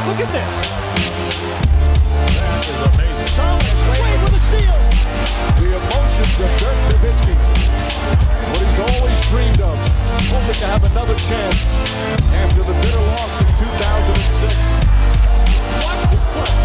Look at this. That is amazing. Thomas Wade with a steal. The emotions of Dirk Nowitzki. What he's always dreamed of. Hoping to have another chance after the bitter loss in 2006. Watch this play.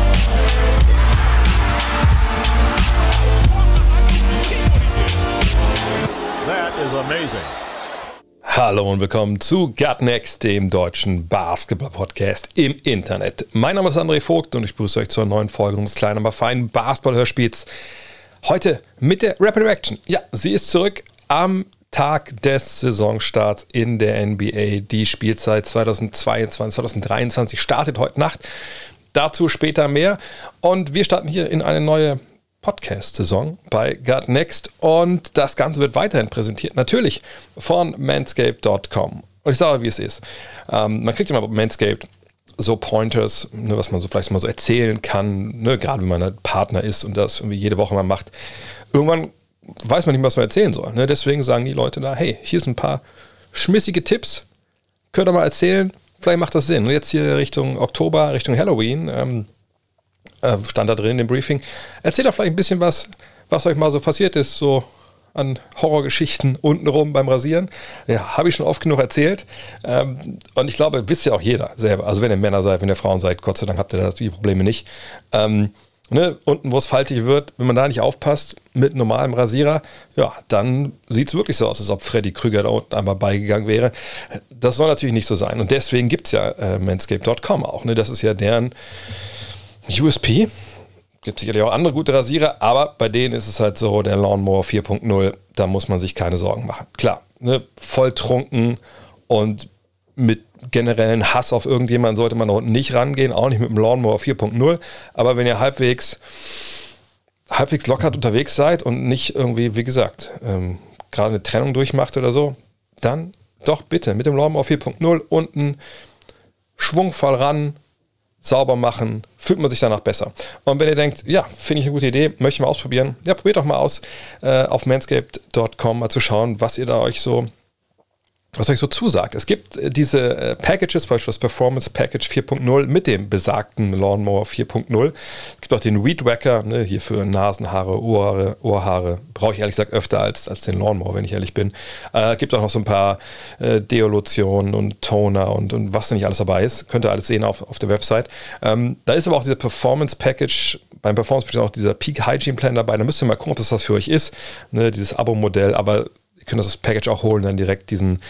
That is amazing. Hallo und willkommen zu Gut Next, dem deutschen Basketball-Podcast im Internet. Mein Name ist André Vogt und ich begrüße euch zur neuen Folge unseres kleinen, aber feinen Basketball-Hörspiels. Heute mit der Rapid Reaction. Ja, sie ist zurück am Tag des Saisonstarts in der NBA. Die Spielzeit 2022-2023 startet heute Nacht. Dazu später mehr. Und wir starten hier in eine neue Podcast-Saison bei Gut Next und das Ganze wird weiterhin präsentiert, natürlich von Manscaped.com. Und ich sage, wie es ist. Man kriegt immer bei Manscaped so Pointers, ne, was man so vielleicht mal so erzählen kann, ne, gerade wenn man ein Partner ist und das irgendwie jede Woche mal macht. Irgendwann weiß man nicht, was man erzählen soll. Ne? Deswegen sagen die Leute da, hey, hier sind ein paar schmissige Tipps, könnt ihr mal erzählen, vielleicht macht das Sinn. Und jetzt hier Richtung Oktober, Richtung Halloween, stand da drin im Briefing. Erzählt doch vielleicht ein bisschen was euch mal so passiert ist, so an Horrorgeschichten untenrum beim Rasieren. Ja, habe ich schon oft genug erzählt. Und ich glaube, wisst ja auch jeder selber. Also wenn ihr Männer seid, wenn ihr Frauen seid, Gott sei Dank habt ihr die Probleme nicht. Unten, wo es faltig wird, wenn man da nicht aufpasst, mit normalem Rasierer, ja, dann sieht es wirklich so aus, als ob Freddy Krüger da unten einmal beigegangen wäre. Das soll natürlich nicht so sein. Und deswegen gibt es ja Manscaped.com auch. Ne? Das ist ja deren USP, gibt sicherlich auch andere gute Rasierer, aber bei denen ist es halt so, der Lawnmower 4.0, da muss man sich keine Sorgen machen. Klar, ne, voll trunken und mit generellen Hass auf irgendjemanden sollte man da unten nicht rangehen, auch nicht mit dem Lawnmower 4.0, aber wenn ihr halbwegs locker unterwegs seid und nicht irgendwie, wie gesagt, gerade eine Trennung durchmacht oder so, dann doch bitte mit dem Lawnmower 4.0 unten schwungvoll ran, sauber machen, fühlt man sich danach besser. Und wenn ihr denkt, ja, finde ich eine gute Idee, möchte ich mal ausprobieren, ja, probiert doch mal aus, auf manscaped.com mal zu schauen, was euch so zusagt. Es gibt diese Packages, beispielsweise das Performance Package 4.0 mit dem besagten Lawnmower 4.0. Es gibt auch den Weed Wacker, ne, hier für Nasenhaare, Ohrhaare. Brauche ich ehrlich gesagt öfter als den Lawnmower, wenn ich ehrlich bin. Gibt auch noch so ein paar Deolotionen und Toner und was da nicht alles dabei ist. Könnt ihr alles sehen auf der Website. Da ist aber auch dieser Performance Package, beim Performance Package auch dieser Peak Hygiene Plan dabei. Da müsst ihr mal gucken, ob das für euch ist, ne, dieses Abo-Modell, aber ihr könnt das Package auch holen, dann direkt diesen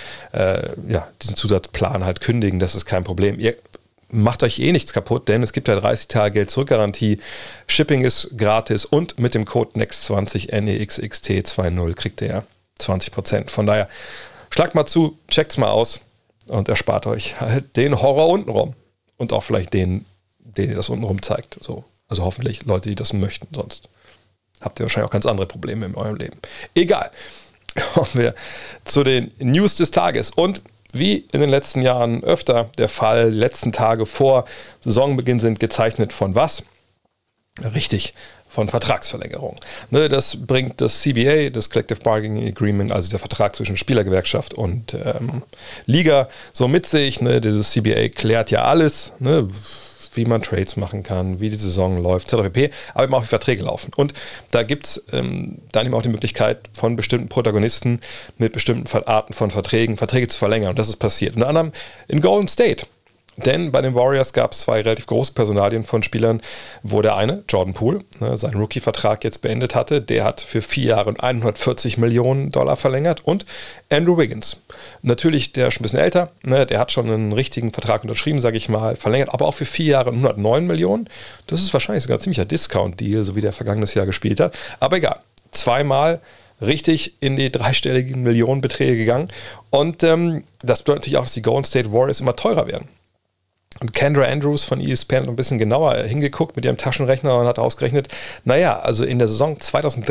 Zusatzplan halt kündigen, das ist kein Problem. Ihr macht euch eh nichts kaputt, denn es gibt ja 30 Tage Geld-Zurück-Garantie, Shipping ist gratis und mit dem Code NEXT20 NEXXT20 kriegt ihr ja 20%. Von daher, schlagt mal zu, checkt's mal aus und erspart euch halt den Horror untenrum und auch vielleicht den ihr das untenrum zeigt. So. Also hoffentlich Leute, die das möchten, sonst habt ihr wahrscheinlich auch ganz andere Probleme in eurem Leben. Egal. Kommen wir zu den News des Tages. Und wie in den letzten Jahren öfter der Fall, die letzten Tage vor Saisonbeginn sind gezeichnet von was? Richtig, von Vertragsverlängerung. Ne, das bringt das CBA, das Collective Bargaining Agreement, also der Vertrag zwischen Spielergewerkschaft und Liga, so mit sich. Ne, dieses CBA klärt ja alles, ne, wie man Trades machen kann, wie die Saison läuft, etc. pp. Aber eben auch wie Verträge laufen. Und da gibt es dann eben auch die Möglichkeit von bestimmten Protagonisten mit bestimmten Arten von Verträge zu verlängern. Und das ist passiert. Unter anderem in Golden State. Denn bei den Warriors gab es zwei relativ große Personalien von Spielern, wo der eine, Jordan Poole, seinen Rookie-Vertrag jetzt beendet hatte. Der hat für 4 Jahre und $140 Millionen verlängert. Und Andrew Wiggins, natürlich der ist schon ein bisschen älter, ne, der hat schon einen richtigen Vertrag unterschrieben, sage ich mal, verlängert, aber auch für 4 Jahre und 109 Millionen. Das ist wahrscheinlich sogar ein ziemlicher Discount-Deal, so wie der vergangenes Jahr gespielt hat. Aber egal, zweimal richtig in die dreistelligen Millionenbeträge gegangen. Und das bedeutet natürlich auch, dass die Golden State Warriors immer teurer werden. Und Kendra Andrews von ESPN hat ein bisschen genauer hingeguckt mit ihrem Taschenrechner und hat ausgerechnet, naja, also in der Saison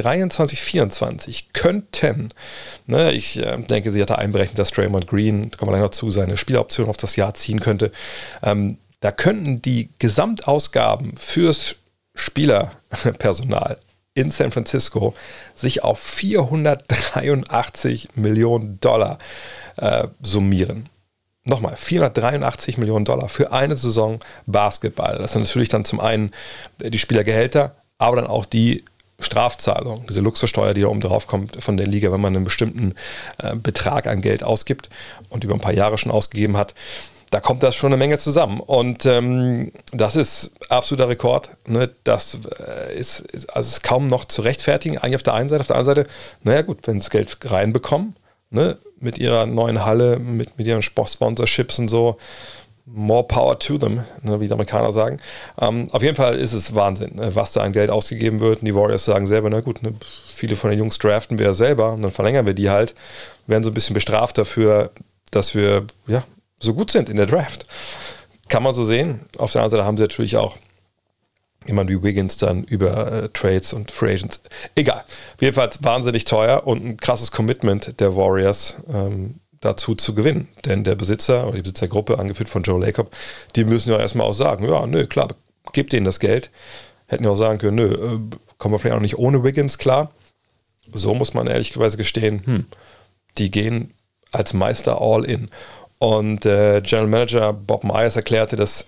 2023-24 könnten, ne, ich denke, sie hat da einberechnet, dass Draymond Green, da kommen wir gleich noch zu, seine Spieleroption auf das Jahr ziehen könnte, da könnten die Gesamtausgaben fürs Spielerpersonal in San Francisco sich auf $483 Millionen summieren. nochmal, $483 Millionen für eine Saison Basketball. Das sind natürlich dann zum einen die Spielergehälter, aber dann auch die Strafzahlung, diese Luxussteuer, die da oben drauf kommt von der Liga, wenn man einen bestimmten Betrag an Geld ausgibt und über ein paar Jahre schon ausgegeben hat. Da kommt das schon eine Menge zusammen. Und das ist absoluter Rekord. Ne? Das ist kaum noch zu rechtfertigen. Eigentlich auf der einen Seite. Auf der anderen Seite, naja gut, wenn sie das Geld reinbekommen, ne? Mit ihrer neuen Halle, mit ihren Sponsorships und so, more power to them, ne? Wie die Amerikaner sagen. Auf jeden Fall ist es Wahnsinn, ne? Was da an Geld ausgegeben wird. Und die Warriors sagen selber, na gut, ne? Viele von den Jungs draften wir selber und dann verlängern wir die halt. Werden so ein bisschen bestraft dafür, dass wir, ja, so gut sind in der Draft. Kann man so sehen. Auf der anderen Seite haben sie natürlich auch jemand wie Wiggins dann über Trades und Free Agents. Egal. Jedenfalls wahnsinnig teuer und ein krasses Commitment der Warriors dazu zu gewinnen. Denn der Besitzer oder die Besitzergruppe, angeführt von Joe Lacob, die müssen ja erstmal auch sagen, ja, nö, klar, gebt denen das Geld. Hätten ja auch sagen können, nö, kommen wir vielleicht auch nicht ohne Wiggins klar. So muss man ehrlicherweise gestehen, die gehen als Meister all in. Und General Manager Bob Myers erklärte, dass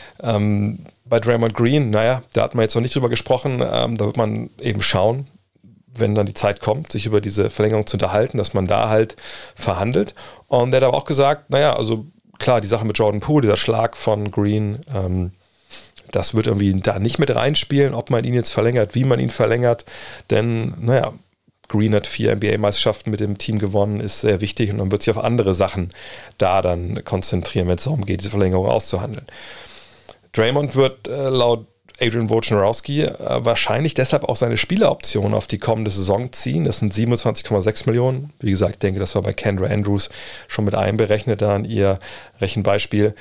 bei Draymond Green, naja, da hat man jetzt noch nicht drüber gesprochen, da wird man eben schauen, wenn dann die Zeit kommt, sich über diese Verlängerung zu unterhalten, dass man da halt verhandelt. Und er hat aber auch gesagt, naja, also klar, die Sache mit Jordan Poole, dieser Schlag von Green, das wird irgendwie da nicht mit reinspielen, ob man ihn jetzt verlängert, wie man ihn verlängert, denn, naja, Green hat 4 NBA-Meisterschaften mit dem Team gewonnen, ist sehr wichtig und man wird sich auf andere Sachen da dann konzentrieren, wenn es darum geht, diese Verlängerung auszuhandeln. Draymond wird laut Adrian Wojnarowski wahrscheinlich deshalb auch seine Spieleroption auf die kommende Saison ziehen. Das sind 27,6 Millionen. Wie gesagt, ich denke, das war bei Kendra Andrews schon mit einberechnet, da in ihr Rechenbeispiel.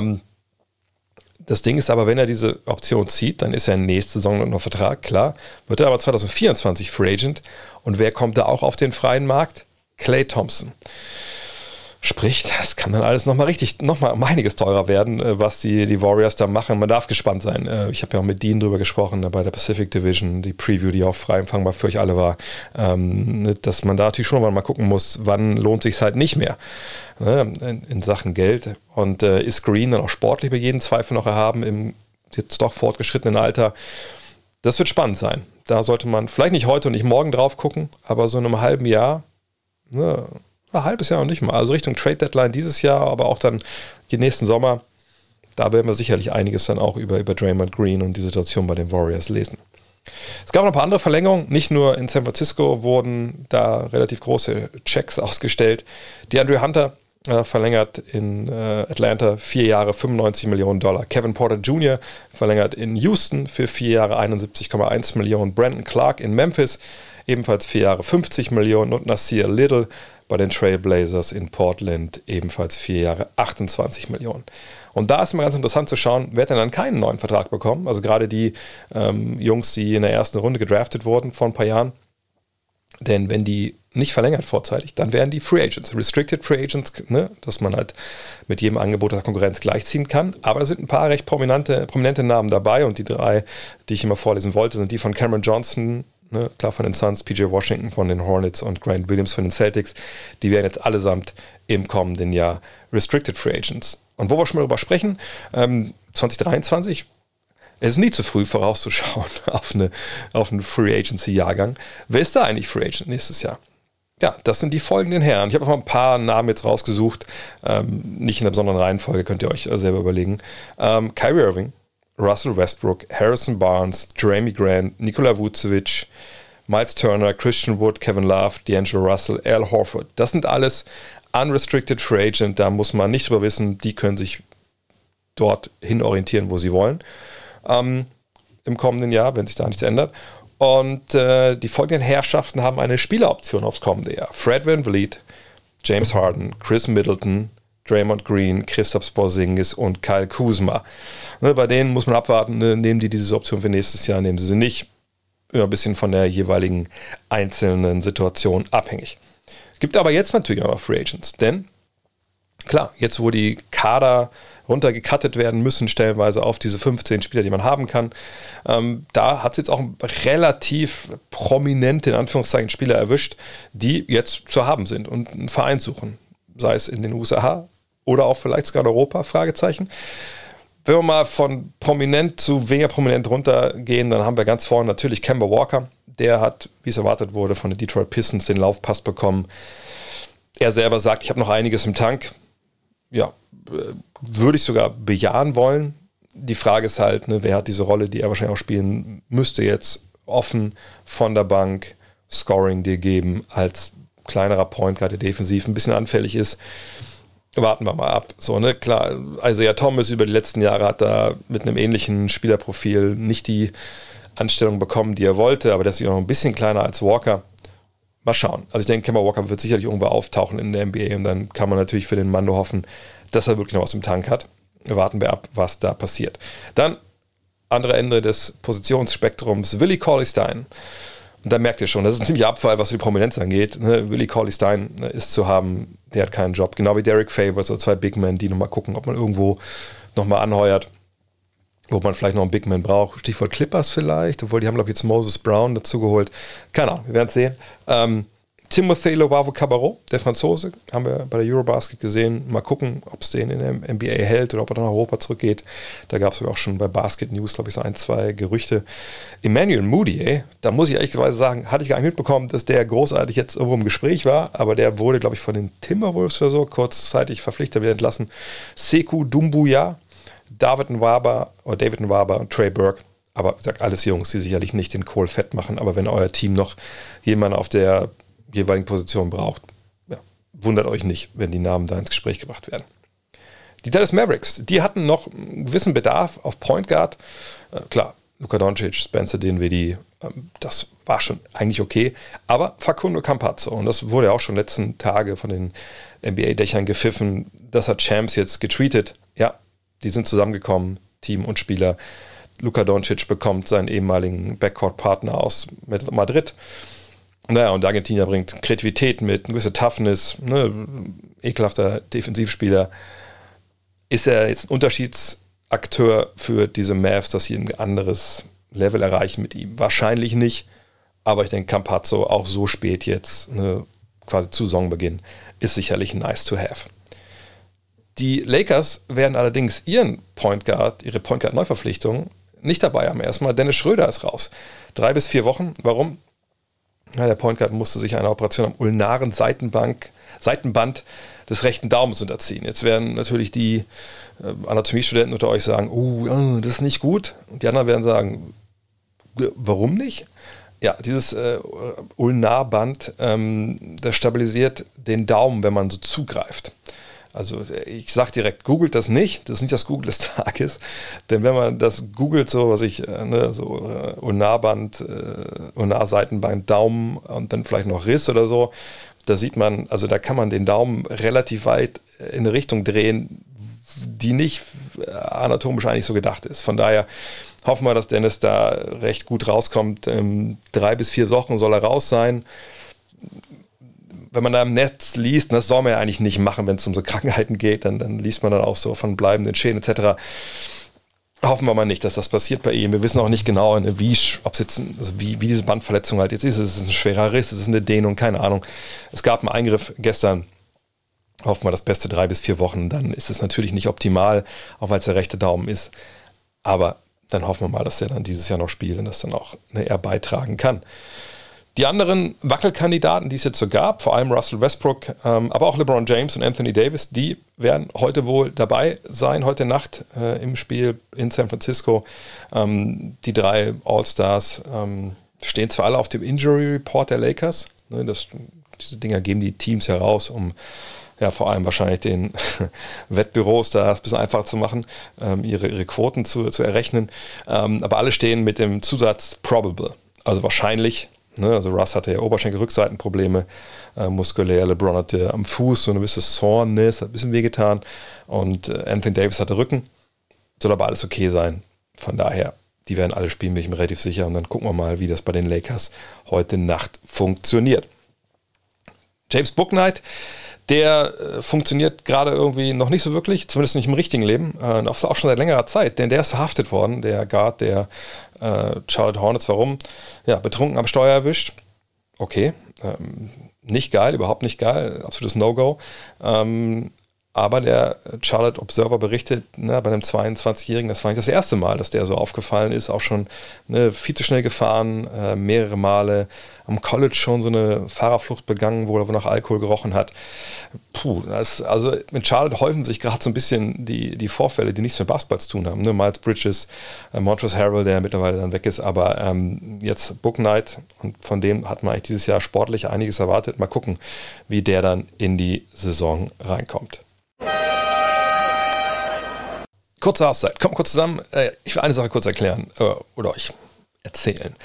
Das Ding ist aber, wenn er diese Option zieht, dann ist er nächste Saison noch Vertrag, klar. Wird er aber 2024 Free Agent. Und wer kommt da auch auf den freien Markt? Klay Thompson. Sprich, das kann dann alles nochmal um einiges teurer werden, was die Warriors da machen. Man darf gespannt sein. Ich habe ja auch mit Dean drüber gesprochen, bei der Pacific Division, die Preview, die auch frei empfangbar für euch alle war, dass man da natürlich schon mal gucken muss, wann lohnt sich halt nicht mehr, in Sachen Geld. Und ist Green dann auch sportlich bei jedem Zweifel noch erhaben im jetzt doch fortgeschrittenen Alter? Das wird spannend sein. Da sollte man vielleicht nicht heute und nicht morgen drauf gucken, aber so in einem halben Jahr, ein halbes Jahr noch nicht mal. Also Richtung Trade Deadline dieses Jahr, aber auch dann den nächsten Sommer. Da werden wir sicherlich einiges dann auch über Draymond Green und die Situation bei den Warriors lesen. Es gab noch ein paar andere Verlängerungen. Nicht nur in San Francisco wurden da relativ große Checks ausgestellt. DeAndre Hunter verlängert in Atlanta 4 Jahre $95 Millionen. Kevin Porter Jr. verlängert in Houston für 4 Jahre 71,1 Millionen. Brandon Clark in Memphis ebenfalls 4 Jahre 50 Millionen. Und Nasir Little bei den Trailblazers in Portland ebenfalls 4 Jahre 28 Millionen. Und da ist mal ganz interessant zu schauen, wer hat denn dann keinen neuen Vertrag bekommen? Also gerade die Jungs, die in der ersten Runde gedraftet wurden vor ein paar Jahren. Denn wenn die nicht verlängert vorzeitig, dann wären die Free Agents, Restricted Free Agents, dass man halt mit jedem Angebot der Konkurrenz gleichziehen kann. Aber da sind ein paar recht prominente Namen dabei und die 3, die ich immer vorlesen wollte, sind die von Cameron Johnson, klar von den Suns, PJ Washington von den Hornets und Grant Williams von den Celtics. Die werden jetzt allesamt im kommenden Jahr Restricted Free Agents. Und wo wir schon mal drüber sprechen, 2023, es ist nie zu früh vorauszuschauen auf einen Free Agency-Jahrgang. Wer ist da eigentlich Free Agent nächstes Jahr? Ja, das sind die folgenden Herren. Ich habe noch ein paar Namen jetzt rausgesucht, nicht in der besonderen Reihenfolge, könnt ihr euch selber überlegen. Kyrie Irving, Russell Westbrook, Harrison Barnes, Jeremy Grant, Nikola Vucevic, Miles Turner, Christian Wood, Kevin Love, D'Angelo Russell, Al Horford. Das sind alles unrestricted Free Agent, da muss man nicht drüber wissen, die können sich dort hin orientieren, wo sie wollen. Im kommenden Jahr, wenn sich da nichts ändert. Und die folgenden Herrschaften haben eine Spieleroption aufs kommende Jahr. Fred VanVleet, James Harden, Chris Middleton, Draymond Green, Kristaps Porzingis und Kyle Kuzma. Bei denen muss man abwarten, nehmen die diese Option für nächstes Jahr, nehmen sie nicht. Immer ein bisschen von der jeweiligen einzelnen Situation abhängig. Es gibt aber jetzt natürlich auch noch Free Agents, denn klar, jetzt wo die Kader runtergecuttet werden müssen, stellenweise auf diese 15 Spieler, die man haben kann, da hat es jetzt auch relativ prominente, in Anführungszeichen, Spieler erwischt, die jetzt zu haben sind und einen Verein suchen. Sei es in den USA, oder auch vielleicht sogar in Europa, Fragezeichen. Wenn wir mal von prominent zu weniger prominent runtergehen, dann haben wir ganz vorne natürlich Kemba Walker. Der hat, wie es erwartet wurde, von den Detroit Pistons den Laufpass bekommen. Er selber sagt, ich habe noch einiges im Tank. Ja, würde ich sogar bejahen wollen. Die Frage ist halt, ne, wer hat diese Rolle, die er wahrscheinlich auch spielen müsste, jetzt offen von der Bank Scoring dir geben, als kleinerer Point Guard, der defensiv ein bisschen anfällig ist. Warten wir mal ab. So, ne, klar, Isaiah Thomas über die letzten Jahre hat da mit einem ähnlichen Spielerprofil nicht die Anstellung bekommen, die er wollte, aber der ist ja noch ein bisschen kleiner als Walker. Mal schauen. Also ich denke, Kemba Walker wird sicherlich irgendwo auftauchen in der NBA und dann kann man natürlich für den Mann nur hoffen, dass er wirklich noch was im Tank hat. Warten wir ab, was da passiert. Dann, andere Ende des Positionsspektrums, Willie Cauley-Stein. Und da merkt ihr schon, das ist ein ziemlicher Abfall, was die Prominenz angeht. Ne? Willie Cauley-Stein ist zu haben, der hat keinen Job. Genau wie Derek Favors, so zwei Big Men, die nochmal gucken, ob man irgendwo nochmal anheuert, wo man vielleicht noch einen Big Man braucht. Stichwort Clippers vielleicht, obwohl die haben, glaube ich, jetzt Moses Brown dazu geholt. Keine Ahnung, wir werden es sehen. Timothée Loiseau-Cabarrot, der Franzose, haben wir bei der Eurobasket gesehen. Mal gucken, ob es den in der NBA hält oder ob er dann nach Europa zurückgeht. Da gab es auch schon bei Basket News, glaube ich, so 1-2 Gerüchte. Emmanuel Moody, da muss ich ehrlicherweise sagen, hatte ich gar nicht mitbekommen, dass der großartig jetzt irgendwo im Gespräch war, aber der wurde, glaube ich, von den Timberwolves oder so kurzzeitig verpflichtet, wieder entlassen. Sekou Doumbouya, David Nwaba und Trey Burke. Aber wie gesagt, alles Jungs, die sicherlich nicht den Kohl fett machen, aber wenn euer Team noch jemanden auf der jeweiligen Position braucht, ja, wundert euch nicht, wenn die Namen da ins Gespräch gebracht werden. Die Dallas Mavericks, die hatten noch einen gewissen Bedarf auf Point Guard. Klar, Luka Doncic, Spencer Dinwiddie, das war schon eigentlich okay. Aber Facundo Campazzo, und das wurde ja auch schon letzten Tage von den NBA-Dächern gepfiffen, das hat Champs jetzt getweetet. Ja, die sind zusammengekommen, Team und Spieler. Luka Doncic bekommt seinen ehemaligen Backcourt-Partner aus Madrid. Naja, und der Argentinier bringt Kreativität mit, eine gewisse Toughness, ne, ekelhafter Defensivspieler. Ist er jetzt ein Unterschiedsakteur für diese Mavs, dass sie ein anderes Level erreichen mit ihm? Wahrscheinlich nicht, aber ich denke, Campazzo auch so spät jetzt, ne, quasi zu Saisonbeginn, ist sicherlich nice to have. Die Lakers werden allerdings ihre Point Guard Neuverpflichtung nicht dabei haben. Erstmal Dennis Schröder ist raus. 3 bis 4 Wochen. Warum? Ja, der Point Guard musste sich einer Operation am ulnaren Seitenband des rechten Daumens unterziehen. Jetzt werden natürlich die Anatomiestudenten unter euch sagen, das ist nicht gut. Und die anderen werden sagen, warum nicht? Ja, dieses Ulnarband, das stabilisiert den Daumen, wenn man so zugreift. Also ich sage direkt, googelt das nicht. Das ist nicht das Google des Tages. Denn wenn man das googelt, so was ich, Ulnarband, Ulnarseitenband, Daumen und dann vielleicht noch Riss oder so, da sieht man, also da kann man den Daumen relativ weit in eine Richtung drehen, die nicht anatomisch eigentlich so gedacht ist. Von daher hoffen wir, dass Dennis da recht gut rauskommt. 3 bis 4 Wochen soll er raus sein. Wenn man da im Netz liest, und das soll man ja eigentlich nicht machen, wenn es um so Krankheiten geht, dann liest man dann auch so von bleibenden Schäden etc. Hoffen wir mal nicht, dass das passiert bei ihm. Wir wissen auch nicht genau, wie diese Bandverletzung halt jetzt ist. Es ist ein schwerer Riss, es ist eine Dehnung, keine Ahnung. Es gab einen Eingriff gestern. Hoffen wir das Beste, 3 bis 4 Wochen. Dann ist es natürlich nicht optimal, auch weil es der rechte Daumen ist. Aber dann hoffen wir mal, dass er dann dieses Jahr noch spielt und das dann auch eher beitragen kann. Die anderen Wackelkandidaten, die es jetzt so gab, vor allem Russell Westbrook, aber auch LeBron James und Anthony Davis, die werden heute wohl dabei sein, heute Nacht im Spiel in San Francisco. Die 3 All-Stars stehen zwar alle auf dem Injury Report der Lakers, ne, diese Dinger geben die Teams heraus, um ja vor allem wahrscheinlich den Wettbüros da es ein bisschen einfacher zu machen, ihre Quoten zu errechnen. Aber alle stehen mit dem Zusatz probable, also wahrscheinlich. Also Russ hatte ja Oberschenkel-Rückseitenprobleme, muskulär. LeBron hatte am Fuß so eine gewisse Soreness, hat ein bisschen wehgetan. Und Anthony Davis hatte Rücken. Soll aber alles okay sein. Von daher, die werden alle spielen, bin ich mir relativ sicher. Und dann gucken wir mal, wie das bei den Lakers heute Nacht funktioniert. James Bouknight, der funktioniert gerade irgendwie noch nicht so wirklich, zumindest nicht im richtigen Leben. Auch schon seit längerer Zeit, denn der ist verhaftet worden, der Guard der Charlotte Hornets. Warum? Ja, betrunken am Steuer erwischt. Okay, nicht geil, überhaupt nicht geil, absolutes No-Go. Aber der Charlotte Observer berichtet, bei einem 22-Jährigen, das war nicht das erste Mal, dass der so aufgefallen ist, auch schon viel zu schnell gefahren, mehrere Male am College schon so eine Fahrerflucht begangen, wo er nach Alkohol gerochen hat. Also mit Charlotte häufen sich gerade so ein bisschen die Vorfälle, die nichts mit Basketball zu tun haben. Miles Bridges, Montrezl Harrell, der mittlerweile dann weg ist, aber jetzt Book Knight, und von dem hat man eigentlich dieses Jahr sportlich einiges erwartet. Mal gucken, wie der dann in die Saison reinkommt. Kurze Auszeit. Kommt kurz zusammen. Ich will eine Sache kurz erklären oder euch erzählen.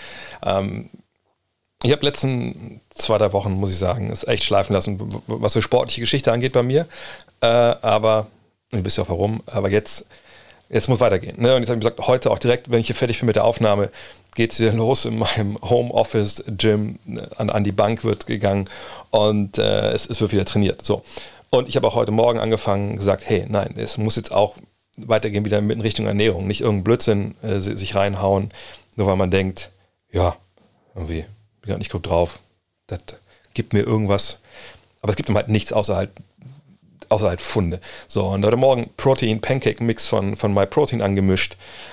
Ich habe letzten 2-3 Wochen, muss ich sagen, es echt schleifen lassen, was so sportliche Geschichte angeht bei mir. Aber, ihr wisst ja auch warum, aber jetzt muss weitergehen. Ne? Und jetzt habe ich gesagt, heute auch direkt, wenn ich hier fertig bin mit der Aufnahme, geht es wieder los in meinem Homeoffice-Gym. An die Bank wird gegangen und es wird wieder trainiert. So. Und ich habe auch heute Morgen angefangen, gesagt, hey, nein, es muss jetzt auch weitergehen wieder in Richtung Ernährung. Nicht irgendeinen Blödsinn sich reinhauen, nur weil man denkt, ja, irgendwie bin ich nicht gut drauf, das gibt mir irgendwas. Aber es gibt ihm halt nichts außer halt Funde. So, und heute Morgen Protein-Pancake-Mix von MyProtein angemischt.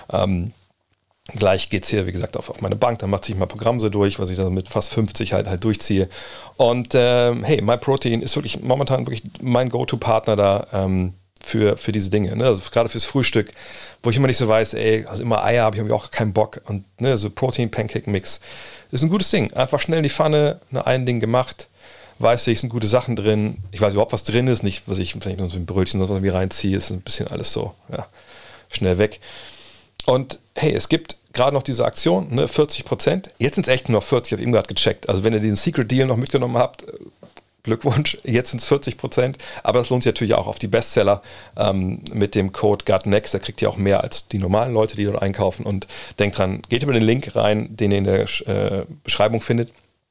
Gleich geht es hier, wie gesagt, auf meine Bank, dann macht sich mal Programm so durch, was ich dann mit fast 50 halt durchziehe. Und hey, MyProtein ist wirklich momentan wirklich mein Go-To-Partner da für diese Dinge. Ne? Also gerade fürs Frühstück, wo ich immer nicht so weiß, also immer Eier habe ich irgendwie auch keinen Bock. Und so Protein-Pancake-Mix ist ein gutes Ding. Einfach schnell in die Pfanne, ein Ding gemacht. Weiß ich, sind gute Sachen drin. Ich weiß überhaupt, was drin ist. Nicht, was ich vielleicht noch so ein Brötchen oder was ich reinziehe. Ist ein bisschen alles so, ja, schnell weg. Und hey, es gibt gerade noch diese Aktion, 40%. Jetzt sind es echt nur noch 40, habe ich eben gerade gecheckt. Also wenn ihr diesen Secret Deal noch mitgenommen habt, Glückwunsch, jetzt sind es 40%, aber das lohnt sich natürlich auch auf die Bestseller mit dem Code GutNext, da kriegt ihr auch mehr als die normalen Leute, die dort einkaufen, und denkt dran, geht über den Link rein, den ihr in der Beschreibung findet,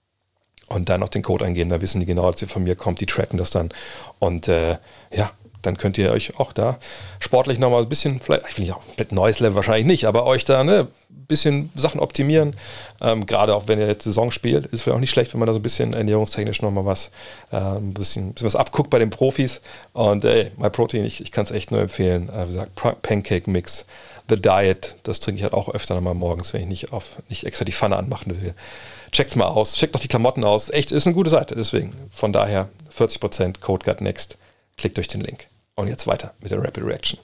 und dann noch den Code eingeben, da wissen die genau, dass ihr von mir kommt, die tracken das dann, und dann könnt ihr euch auch da sportlich nochmal ein bisschen, vielleicht, ich will nicht auch komplett neues Level wahrscheinlich nicht, aber euch da ein bisschen Sachen optimieren. Gerade auch wenn ihr jetzt Saison spielt, ist vielleicht auch nicht schlecht, wenn man da so ein bisschen ernährungstechnisch nochmal was, ein bisschen was abguckt bei den Profis. Und MyProtein, ich kann es echt nur empfehlen. Wie gesagt, Pancake Mix, The Diet, das trinke ich halt auch öfter nochmal morgens, wenn ich nicht extra die Pfanne anmachen will. Checkt's mal aus, checkt doch die Klamotten aus. Echt, ist eine gute Seite, deswegen. Von daher 40% Code GutNext. Klickt durch den Link. Und jetzt weiter mit der Rapid Reaction.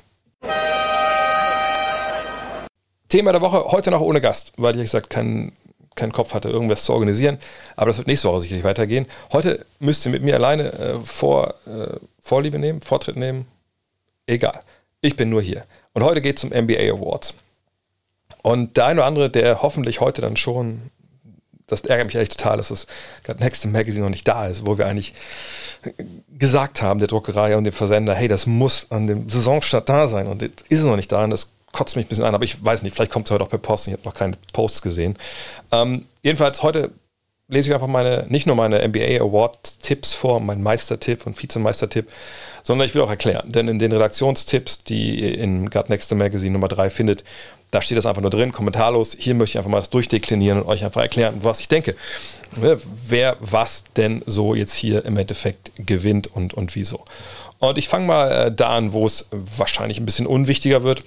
Thema der Woche, heute noch ohne Gast, weil ich, wie gesagt, keinen Kopf hatte, irgendwas zu organisieren. Aber das wird nächste Woche sicherlich weitergehen. Heute müsst ihr mit mir alleine Vortritt nehmen. Egal. Ich bin nur hier. Und heute geht es um NBA Awards. Und der eine oder andere, der hoffentlich heute dann schon, das ärgert mich echt total, dass das GutNext Magazine noch nicht da ist, wo wir eigentlich gesagt haben, der Druckerei und dem Versender, hey, das muss an dem Saisonstart da sein, und jetzt ist es noch nicht da, und das kotzt mich ein bisschen an, aber ich weiß nicht, vielleicht kommt es heute auch per Post, ich habe noch keine Posts gesehen. Jedenfalls heute lese ich einfach nicht nur meine NBA Award-Tipps vor, meinen Meistertipp und Vizemeistertipp, sondern ich will auch erklären, denn in den Redaktionstipps, die ihr in GutNext Magazine Nummer 3 findet, da steht das einfach nur drin, kommentarlos. Hier möchte ich einfach mal das durchdeklinieren und euch einfach erklären, was ich denke. Wer was denn so jetzt hier im Endeffekt gewinnt und wieso. Und ich fange mal da an, wo es wahrscheinlich ein bisschen unwichtiger wird.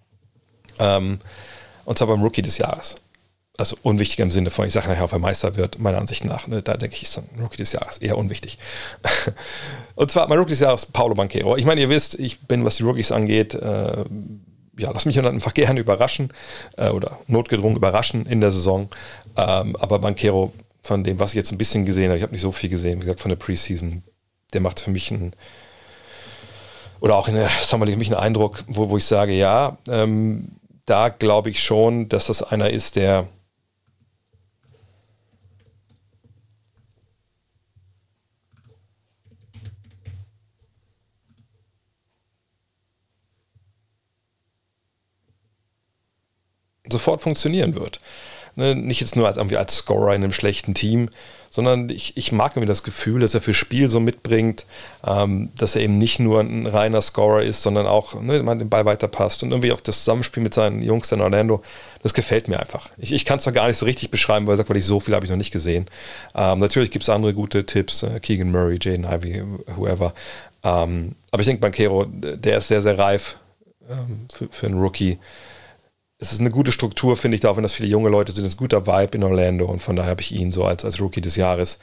Und zwar beim Rookie des Jahres. Also unwichtiger im Sinne von, ich sage nachher, ob er Meister wird, meiner Ansicht nach. Ne, da denke ich, ist dann Rookie des Jahres eher unwichtig. Und zwar mein Rookie des Jahres, Paolo Banchero. Ich meine, ihr wisst, ich bin, was die Rookies angeht, lass mich einfach gerne überraschen oder notgedrungen überraschen in der Saison. Aber Banchero, von dem, was ich jetzt ein bisschen gesehen habe, ich habe nicht so viel gesehen, wie gesagt, von der Preseason, der macht für mich oder auch in der Summer League für mich einen Eindruck, wo ich sage, ja, da glaube ich schon, dass das einer ist, der sofort funktionieren wird. Nicht jetzt nur als Scorer in einem schlechten Team, sondern ich mag irgendwie das Gefühl, dass er fürs Spiel so mitbringt, dass er eben nicht nur ein reiner Scorer ist, sondern auch man den Ball weiterpasst und irgendwie auch das Zusammenspiel mit seinen Jungs in Orlando, das gefällt mir einfach. Ich kann es noch gar nicht so richtig beschreiben, weil ich so viel habe ich noch nicht gesehen. Natürlich gibt es andere gute Tipps, Keegan Murray, Jaden Ivey, whoever. Aber ich denke, Banchero, der ist sehr, sehr reif für einen Rookie. Es ist eine gute Struktur, finde ich, da auch wenn das viele junge Leute sind, ist ein guter Vibe in Orlando und von daher habe ich ihn so als Rookie des Jahres.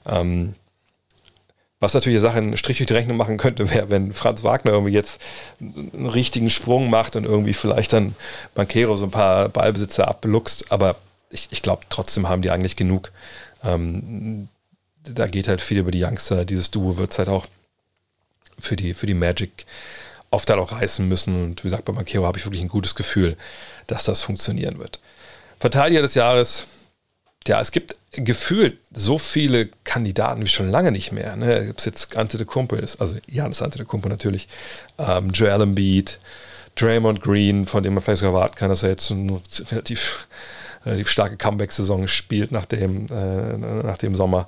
Was natürlich die Sache einen Strich durch die Rechnung machen könnte, wäre, wenn Franz Wagner irgendwie jetzt einen richtigen Sprung macht und irgendwie vielleicht dann Banchero so ein paar Ballbesitzer abluchst, aber ich glaube, trotzdem haben die eigentlich genug. Da geht halt viel über die Youngster, dieses Duo wird es halt auch für die Magic oft halt auch reißen müssen und wie gesagt, bei Banchero habe ich wirklich ein gutes Gefühl, dass das funktionieren wird. Verteidiger des Jahres, ja, es gibt gefühlt so viele Kandidaten wie schon lange nicht mehr. Ne? Ob es jetzt Antetokounmpo ist, also Giannis Antetokounmpo natürlich, Joel Embiid, Draymond Green, von dem man vielleicht sogar erwarten kann, dass er jetzt eine relativ starke Comeback-Saison spielt nach dem Sommer.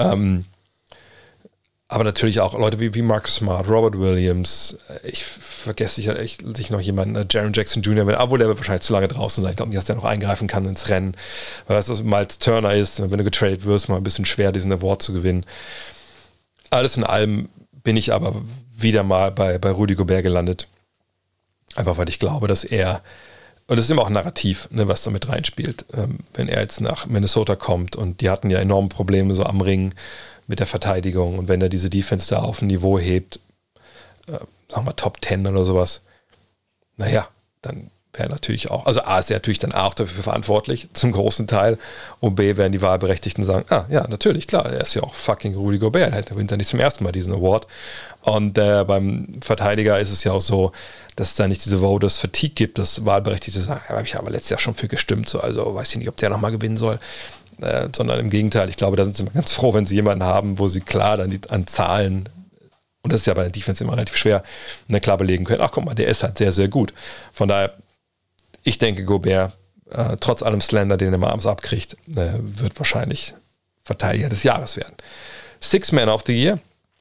Aber natürlich auch Leute wie Marcus Smart, Robert Williams, ich vergesse sich noch jemanden, Jaren Jackson Jr., obwohl der wird wahrscheinlich zu lange draußen sein. Ich glaube nicht, dass der noch eingreifen kann ins Rennen. Weil das Miles Turner ist, wenn du getradet wirst, mal ein bisschen schwer, diesen Award zu gewinnen. Alles in allem bin ich aber wieder mal bei Rudy Gobert gelandet. Einfach weil ich glaube, dass er, und das ist immer auch ein Narrativ, ne, was da mit reinspielt, wenn er jetzt nach Minnesota kommt und die hatten ja enorme Probleme so am Ring mit der Verteidigung und wenn er diese Defense da auf ein Niveau hebt, sagen wir Top 10 oder sowas, naja, dann wäre natürlich auch, also A ist er natürlich dann auch dafür verantwortlich, zum großen Teil, und B werden die Wahlberechtigten sagen, ja, natürlich, klar, er ist ja auch fucking Rudy Gobert, er gewinnt ja nicht zum ersten Mal diesen Award. Und beim Verteidiger ist es ja auch so, dass es da nicht diese Voters Fatigue gibt, dass Wahlberechtigte sagen, da habe ich aber letztes Jahr schon für gestimmt, so, also weiß ich nicht, ob der nochmal gewinnen soll. Sondern im Gegenteil, ich glaube, da sind sie immer ganz froh, wenn sie jemanden haben, wo sie klar dann an Zahlen, und das ist ja bei der Defense immer relativ schwer, klar belegen können, ach guck mal, der ist halt sehr, sehr gut. Von daher, ich denke, Gobert, trotz allem Slender, den er mal abends abkriegt, wird wahrscheinlich Verteidiger des Jahres werden. Sixth Man of the Year,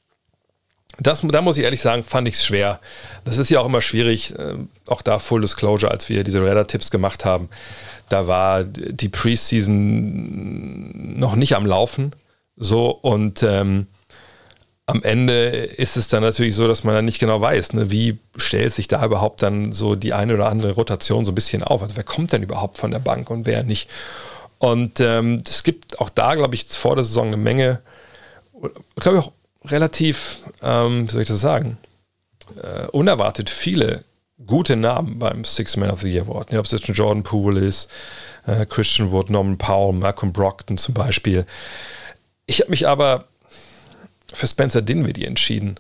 da muss ich ehrlich sagen, fand ich es schwer. Das ist ja auch immer schwierig, auch da Full Disclosure, als wir diese Redder-Tipps gemacht haben, da war die Preseason noch nicht am Laufen, so, und am Ende ist es dann natürlich so, dass man dann nicht genau weiß, ne, wie stellt sich da überhaupt dann so die eine oder andere Rotation so ein bisschen auf, also wer kommt denn überhaupt von der Bank und wer nicht. Und es gibt auch da, glaube ich, vor der Saison eine Menge, glaube ich auch relativ, wie soll ich das sagen, unerwartet viele gute Namen beim Sixth Man of the Year Award. Ja, ob es jetzt ein Jordan Poole ist, Christian Wood, Norman Powell, Malcolm Brogdon zum Beispiel. Ich habe mich aber für Spencer Dinwiddie entschieden.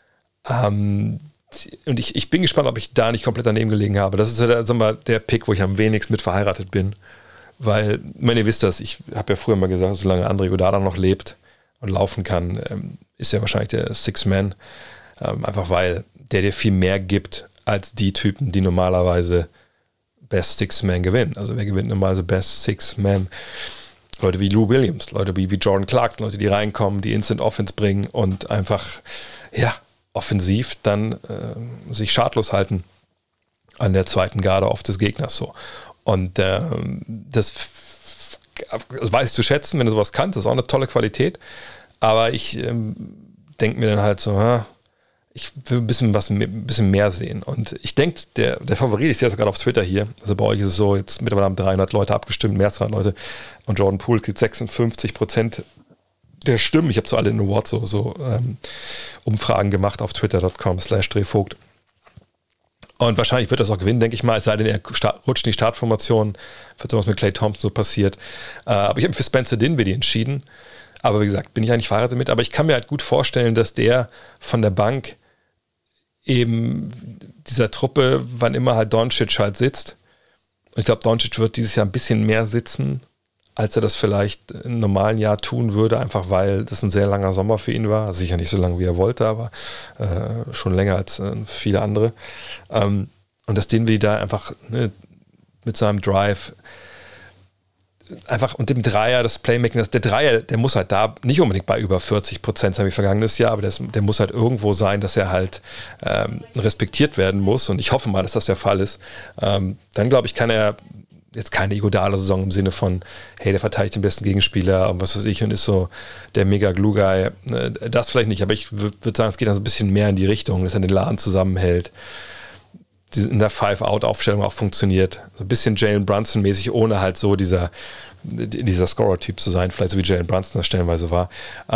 Und ich bin gespannt, ob ich da nicht komplett daneben gelegen habe. Das ist ja der Pick, wo ich am wenigsten mit verheiratet bin. Weil, ihr wisst das, ich habe ja früher mal gesagt, solange Andre Iguodala noch lebt und laufen kann, ist ja wahrscheinlich der Sixth Man. Einfach weil der dir viel mehr gibt als die Typen, die normalerweise Best Sixth Man gewinnen. Also wer gewinnt normalerweise Best Sixth Man? Leute wie Lou Williams, Leute wie Jordan Clarkson, Leute, die reinkommen, die Instant Offense bringen und einfach, ja, offensiv dann sich schadlos halten an der zweiten Garde oft des Gegners so. Und das weiß ich zu schätzen, wenn du sowas kannst, das ist auch eine tolle Qualität. Aber ich denke mir dann halt so, ich will ein bisschen mehr sehen. Und ich denke, der Favorit ist ja sogar auf Twitter hier. Also bei euch ist es so, jetzt mittlerweile haben 300 Leute abgestimmt, mehr als 300 Leute. Und Jordan Poole kriegt 56% der Stimmen. Ich habe so alle in Awards so Umfragen gemacht auf twitter.com/drehvogt. Und wahrscheinlich wird das auch gewinnen, denke ich mal. Es sei denn, er rutscht in die Startformation. Wird sowas mit Klay Thompson so passiert. Aber ich habe mich für Spencer Dinwiddie entschieden. Aber wie gesagt, bin ich eigentlich verheiratet mit. Aber ich kann mir halt gut vorstellen, dass der von der Bank eben dieser Truppe, wann immer halt Doncic halt sitzt. Und ich glaube, Doncic wird dieses Jahr ein bisschen mehr sitzen, als er das vielleicht im normalen Jahr tun würde, einfach weil das ein sehr langer Sommer für ihn war. Sicher nicht so lange, wie er wollte, aber schon länger als viele andere. Und dass Dinwiddie da einfach mit seinem Drive einfach und dem Dreier, das Playmaking, der Dreier, der muss halt da nicht unbedingt bei über 40% sein wie vergangenes Jahr, aber der muss halt irgendwo sein, dass er halt respektiert werden muss und ich hoffe mal, dass das der Fall ist. Dann glaube ich, kann er jetzt keine Iguodala-Saison im Sinne von, hey, der verteidigt den besten Gegenspieler und was weiß ich und ist so der Mega-Glue-Guy. Das vielleicht nicht, aber ich würde sagen, es geht dann so ein bisschen mehr in die Richtung, dass er den Laden zusammenhält, in der Five-Out-Aufstellung auch funktioniert. So ein bisschen Jalen Brunson-mäßig, ohne halt so dieser Scorer-Typ zu sein, vielleicht so wie Jalen Brunson das stellenweise war.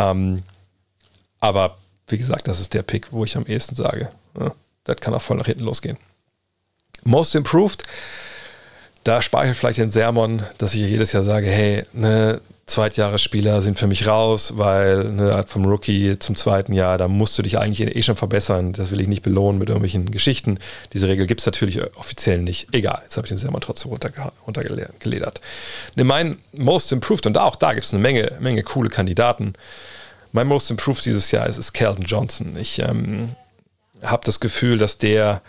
Aber wie gesagt, das ist der Pick, wo ich am ehesten sage, das kann auch voll nach hinten losgehen. Most Improved, da spare ich vielleicht den Sermon, dass ich jedes Jahr sage, hey, Zweitjahresspieler sind für mich raus, weil vom Rookie zum zweiten Jahr, da musst du dich eigentlich schon verbessern. Das will ich nicht belohnen mit irgendwelchen Geschichten. Diese Regel gibt es natürlich offiziell nicht. Egal, jetzt habe ich den Sermon trotzdem runtergeledert. Mein Most Improved, und auch da gibt es eine Menge coole Kandidaten. Mein Most Improved dieses Jahr ist Keldon Johnson. Ich habe das Gefühl, dass der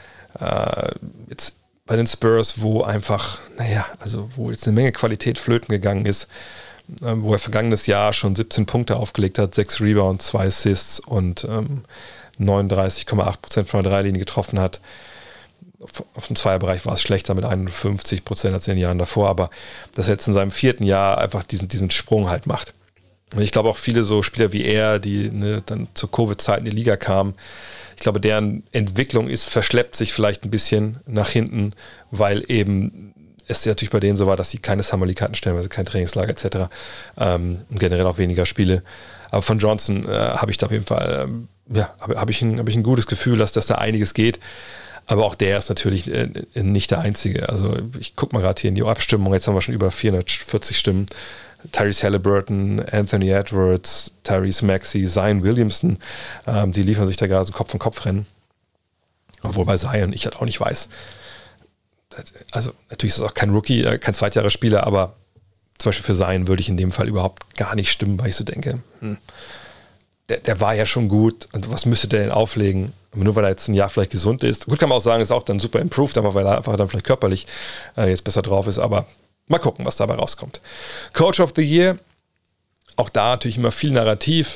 jetzt bei den Spurs, wo einfach, wo jetzt eine Menge Qualität flöten gegangen ist, wo er vergangenes Jahr schon 17 Punkte aufgelegt hat, 6 Rebounds, 2 Assists und 39,8% von der Dreilinie getroffen hat. Auf dem Zweierbereich war es schlechter mit 51% als in den Jahren davor, aber dass er jetzt in seinem 4. Jahr einfach diesen Sprung halt macht. Und ich glaube auch viele so Spieler wie er, die dann zur Covid-Zeit in die Liga kamen, ich glaube, deren Entwicklung verschleppt sich vielleicht ein bisschen nach hinten, weil eben es natürlich bei denen so war, dass sie keine Summer League hatten, stellenweise kein Trainingslager etc. Generell auch weniger Spiele. Aber von Johnson habe ich da auf jeden Fall habe ich ein gutes Gefühl, dass da einiges geht. Aber auch der ist natürlich nicht der Einzige. Also ich gucke mal gerade hier in die Abstimmung, jetzt haben wir schon über 440 Stimmen. Tyrese Halliburton, Anthony Edwards, Tyrese Maxey, Zion Williamson, die liefern sich da gerade so Kopf-an-Kopf-Rennen. Obwohl bei Zion ich halt auch nicht weiß. Also natürlich ist es auch kein Rookie, kein Zweitjahresspieler, aber zum Beispiel für Zion würde ich in dem Fall überhaupt gar nicht stimmen, weil ich so denke, der war ja schon gut und was müsste der denn auflegen? Aber nur weil er jetzt ein Jahr vielleicht gesund ist. Gut, kann man auch sagen, ist auch dann super improved, aber weil er einfach dann vielleicht körperlich jetzt besser drauf ist, aber mal gucken, was dabei rauskommt. Coach of the Year, auch da natürlich immer viel Narrativ,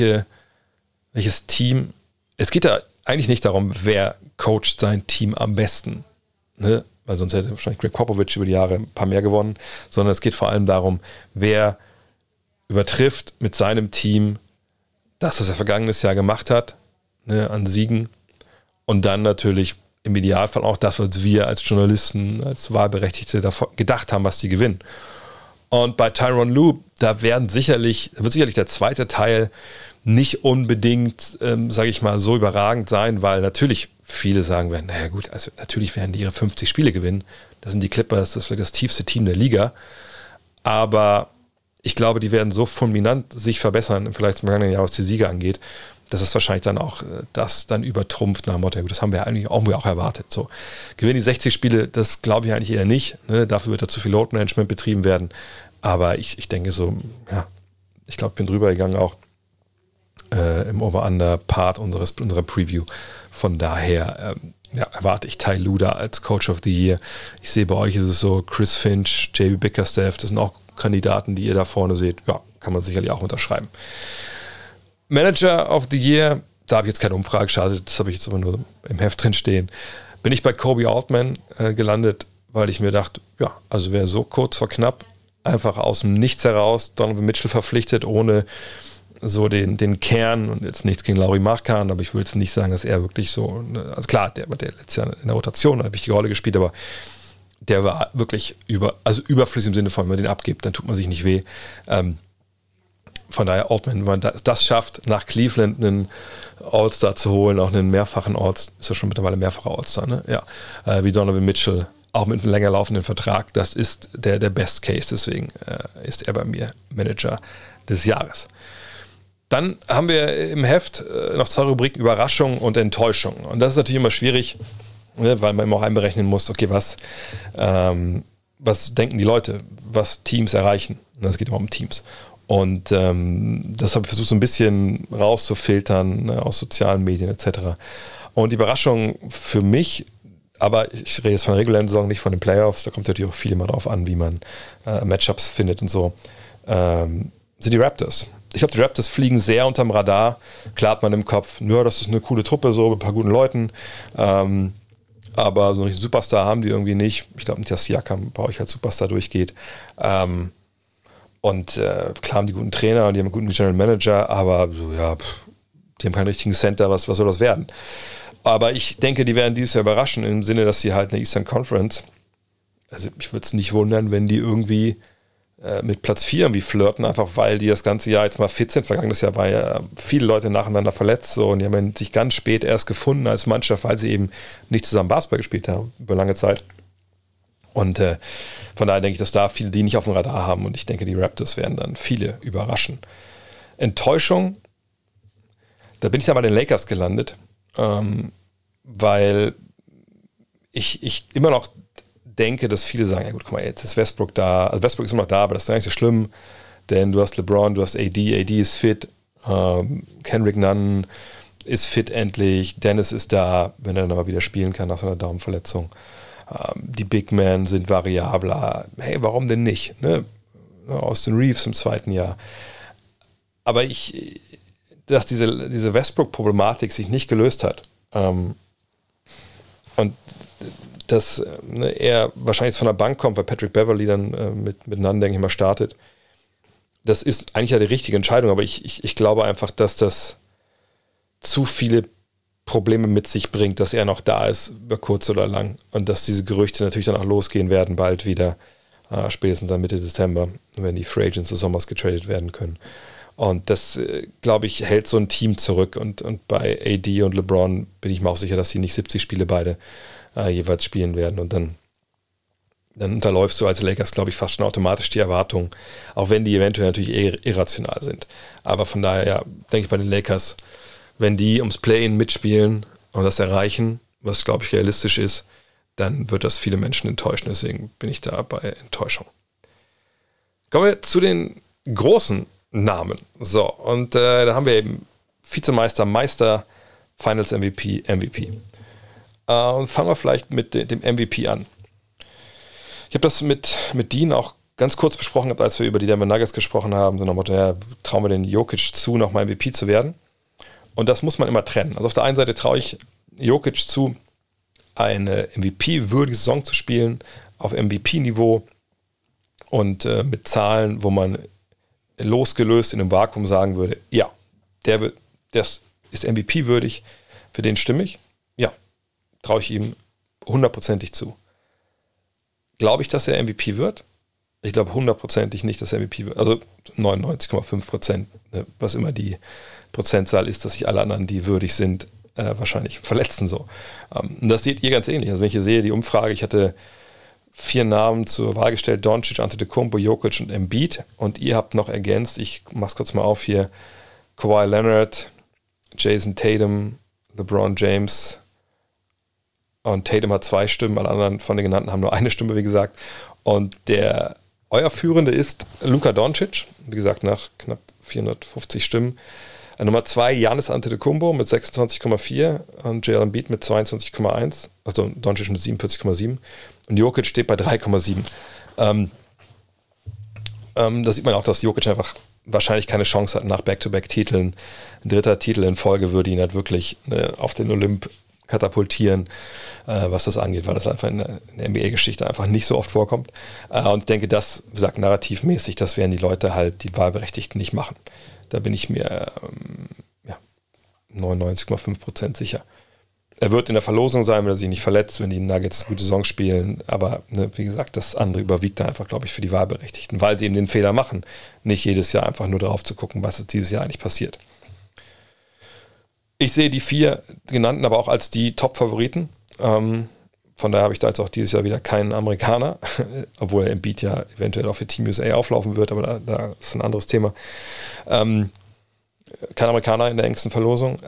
welches Team. Es geht da eigentlich nicht darum, wer coacht sein Team am besten, weil sonst hätte wahrscheinlich Greg Popovich über die Jahre ein paar mehr gewonnen, sondern es geht vor allem darum, wer übertrifft mit seinem Team das, was er vergangenes Jahr gemacht hat, an Siegen und dann natürlich im Idealfall auch das, was wir als Journalisten, als Wahlberechtigte davor gedacht haben, was die gewinnen. Und bei Tyronn Lue, da wird sicherlich der zweite Teil nicht unbedingt, sage ich mal, so überragend sein, weil natürlich viele sagen werden, naja gut, also natürlich werden die ihre 50 Spiele gewinnen. Das sind die Clippers, das ist vielleicht das tiefste Team der Liga. Aber ich glaube, die werden so fulminant sich verbessern im Vergleich zum vergangenen Jahr, was die Siege angeht, dass es wahrscheinlich dann auch das dann übertrumpft nach dem Motto, das haben wir eigentlich auch erwartet. So. Gewinnen die 60 Spiele, das glaube ich eigentlich eher nicht. Dafür wird da zu viel Load-Management betrieben werden. Aber ich denke so, ich glaube, ich bin drüber gegangen auch im Over-Under-Part unserer Preview. Von daher erwarte ich Ty Lue da als Coach of the Year. Ich sehe bei euch ist es so, Chris Finch, JB Bickerstaff, das sind auch Kandidaten, die ihr da vorne seht. Ja, kann man sicherlich auch unterschreiben. Manager of the Year, da habe ich jetzt keine Umfrage gestartet, das habe ich jetzt aber nur im Heft drin stehen. Bin ich bei Kobe Altman gelandet, weil ich mir dachte, also wer so kurz vor knapp einfach aus dem Nichts heraus Donovan Mitchell verpflichtet, ohne so den Kern und jetzt nichts gegen Lauri Markkanen, aber ich will jetzt nicht sagen, dass er wirklich so, also klar, der letztes Jahr in der Rotation eine wichtige Rolle gespielt, aber der war wirklich überflüssig im Sinne von, wenn man den abgibt, dann tut man sich nicht weh. Von daher Altman, wenn man das schafft, nach Cleveland einen All-Star zu holen, auch einen mehrfachen All-Star, ist ja schon mittlerweile mehrfacher All-Star, ne? Ja, wie Donovan Mitchell, auch mit einem länger laufenden Vertrag, das ist der Best Case, deswegen ist er bei mir Manager des Jahres. Dann haben wir im Heft noch 2 Rubriken Überraschung und Enttäuschung. Und das ist natürlich immer schwierig, weil man immer auch einberechnen muss, okay, was denken die Leute, was Teams erreichen. Und es geht immer um Teams. Und das habe ich versucht, so ein bisschen rauszufiltern aus sozialen Medien etc. Und die Überraschung für mich, aber ich rede jetzt von der regulären Saison, nicht von den Playoffs, da kommt natürlich auch viel immer darauf an, wie man Matchups findet und so, sind die Raptors. Ich glaube, die Raptors fliegen sehr unterm Radar. Klar hat man im Kopf, das ist eine coole Truppe, so mit ein paar guten Leuten. aber so einen richtigen Superstar haben die irgendwie nicht. Ich glaube nicht, dass Siakam bei euch als Superstar durchgeht. Und klar haben die guten Trainer und die haben einen guten General Manager, aber so, ja, die haben keinen richtigen Center, was soll das werden? Aber ich denke, die werden dieses Jahr überraschen, im Sinne, dass sie halt eine Eastern Conference, also ich würde es nicht wundern, wenn die irgendwie mit Platz 4 irgendwie flirten, einfach weil die das ganze Jahr jetzt mal fit sind. Vergangenes Jahr waren ja viele Leute nacheinander verletzt so, und die haben sich ganz spät erst gefunden als Mannschaft, weil sie eben nicht zusammen Basketball gespielt haben über lange Zeit. Und von daher denke ich, dass da viele die nicht auf dem Radar haben, und ich denke, die Raptors werden dann viele überraschen. Enttäuschung, da bin ich dann bei den Lakers gelandet, weil ich immer noch denke, dass viele sagen, ja gut, guck mal, jetzt ist Westbrook da. Also Westbrook ist immer noch da, aber das ist gar nicht so schlimm, denn du hast LeBron, du hast AD ist fit, Kendrick Nunn ist fit endlich, Dennis ist da, wenn er dann aber wieder spielen kann nach seiner Daumenverletzung. Die Big Men sind variabler. Hey, warum denn nicht? Ne? Austin Reeves im 2. Jahr. Aber dass diese Westbrook-Problematik sich nicht gelöst hat, und dass er wahrscheinlich jetzt von der Bank kommt, weil Patrick Beverley dann mit Nunn, denke ich mal, startet. Das ist eigentlich ja die richtige Entscheidung, aber ich glaube einfach, dass das zu viele Probleme mit sich bringt, dass er noch da ist, über kurz oder lang, und dass diese Gerüchte natürlich dann auch losgehen werden, bald wieder, spätestens dann Mitte Dezember, wenn die Free Agents des Sommers getradet werden können. Und das, glaube ich, hält so ein Team zurück, und bei AD und LeBron bin ich mir auch sicher, dass sie nicht 70 Spiele beide jeweils spielen werden, und dann unterläufst du als Lakers, glaube ich, fast schon automatisch die Erwartungen, auch wenn die eventuell natürlich eher irrational sind. Aber von daher, ja, denke ich bei den Lakers, wenn die ums Play-In mitspielen und das erreichen, was, glaube ich, realistisch ist, dann wird das viele Menschen enttäuschen. Deswegen bin ich da bei Enttäuschung. Kommen wir zu den großen Namen. So, und da haben wir eben Vizemeister, Meister, Finals MVP. Und fangen wir vielleicht mit dem MVP an. Ich habe das mit Dean auch ganz kurz besprochen gehabt, als wir über die Denver Nuggets gesprochen haben. So nach dem Motto, ja, trauen wir den Jokic zu, nochmal MVP zu werden? Und das muss man immer trennen. Also auf der einen Seite traue ich Jokic zu, eine MVP-würdige Saison zu spielen, auf MVP-Niveau und mit Zahlen, wo man losgelöst in einem Vakuum sagen würde, ja, der ist MVP-würdig, für den stimme ich. Ja, traue ich ihm 100%ig zu. Glaube ich, dass er MVP wird? Ich glaube 100%ig nicht, dass er MVP wird. Also 99,5%, was immer die Prozentzahl ist, dass sich alle anderen, die würdig sind, wahrscheinlich verletzen so. Und das seht ihr ganz ähnlich. Also wenn ich hier sehe, die Umfrage, ich hatte 4 Namen zur Wahl gestellt, Doncic, Antetokounmpo, Jokic und Embiid, und ihr habt noch ergänzt, ich mach's kurz mal auf hier, Kawhi Leonard, Jason Tatum, LeBron James, und Tatum hat 2 Stimmen, alle anderen von den genannten haben nur eine Stimme, wie gesagt. Und euer Führende ist Luka Doncic, wie gesagt, nach knapp 450 Stimmen. Nummer 2 Giannis Antetokounmpo mit 26,4 und Joel Embiid mit 22,1, also Doncic mit 47,7 und Jokic steht bei 3,7. Da sieht man auch, dass Jokic einfach wahrscheinlich keine Chance hat nach Back-to-Back-Titeln. Ein 3. Titel in Folge würde ihn halt wirklich auf den Olymp katapultieren, was das angeht, weil das einfach in der NBA-Geschichte einfach nicht so oft vorkommt. Und ich denke, das, wie gesagt, narrativmäßig, das werden die Leute halt, die Wahlberechtigten, nicht machen. Da bin ich mir 99,5% sicher. Er wird in der Verlosung sein, wenn er sich nicht verletzt, wenn die Nuggets eine gute Saison spielen, aber wie gesagt, das andere überwiegt da einfach, glaube ich, für die Wahlberechtigten, weil sie eben den Fehler machen, nicht jedes Jahr einfach nur darauf zu gucken, was ist dieses Jahr eigentlich passiert. Ich sehe die 4 genannten aber auch als die Top-Favoriten. Von daher habe ich da jetzt auch dieses Jahr wieder keinen Amerikaner, obwohl Embiid ja eventuell auch für Team USA auflaufen wird, aber da ist ein anderes Thema. Kein Amerikaner in der engsten Verlosung.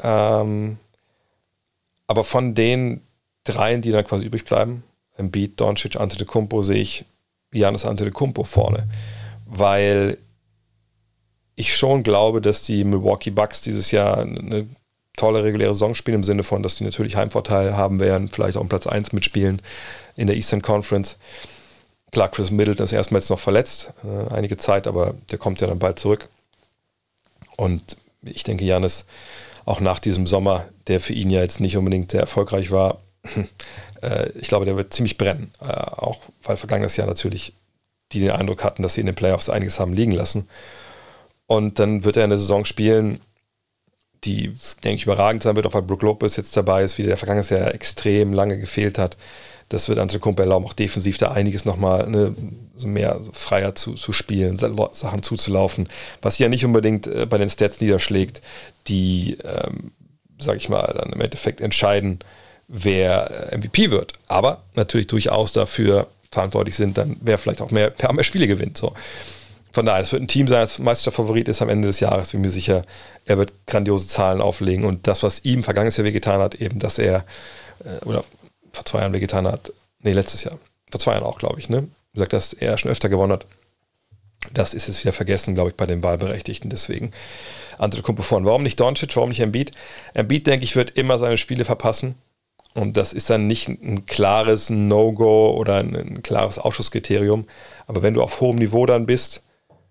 Aber von den 3, die dann quasi übrig bleiben, Embiid, Doncic, Antetokounmpo, sehe ich Giannis Antetokounmpo vorne. Weil ich schon glaube, dass die Milwaukee Bucks dieses Jahr eine tolle reguläre Saison spielen, im Sinne von, dass die natürlich Heimvorteil haben werden, vielleicht auch um Platz 1 mitspielen in der Eastern Conference. Klar, Chris Middleton ist erstmal jetzt noch verletzt, einige Zeit, aber der kommt ja dann bald zurück. Und ich denke, Giannis, auch nach diesem Sommer, der für ihn ja jetzt nicht unbedingt sehr erfolgreich war, ich glaube, der wird ziemlich brennen. Auch weil vergangenes Jahr natürlich die den Eindruck hatten, dass sie in den Playoffs einiges haben liegen lassen. Und dann wird er eine Saison spielen, die, denke ich, überragend sein wird, auch weil Brook Lopez jetzt dabei ist, wie der vergangenes Jahr extrem lange gefehlt hat. Das wird Antetokounmpo erlauben, auch defensiv da einiges nochmal so mehr freier zu spielen, Sachen zuzulaufen, was sich ja nicht unbedingt bei den Stats niederschlägt, die, sage ich mal, dann im Endeffekt entscheiden, wer MVP wird. Aber natürlich durchaus dafür verantwortlich sind, dann wer vielleicht auch mehr Spiele gewinnt. So. Von daher, es wird ein Team sein, das Meisterfavorit ist am Ende des Jahres, bin mir sicher, er wird grandiose Zahlen auflegen und das, was ihm vergangenes Jahr wehgetan hat, eben, dass er, oder vor 2 Jahren wehgetan hat, letztes Jahr, vor 2 Jahren auch, glaube ich, ne? Wie gesagt, dass er schon öfter gewonnen hat. Das ist jetzt wieder vergessen, glaube ich, bei den Wahlberechtigten, deswegen Antetokounmpo vorn. Warum nicht Doncic, warum nicht Embiid? Embiid, denke ich, wird immer seine Spiele verpassen. Und das ist dann nicht ein klares No-Go oder ein klares Ausschusskriterium. Aber wenn du auf hohem Niveau dann bist,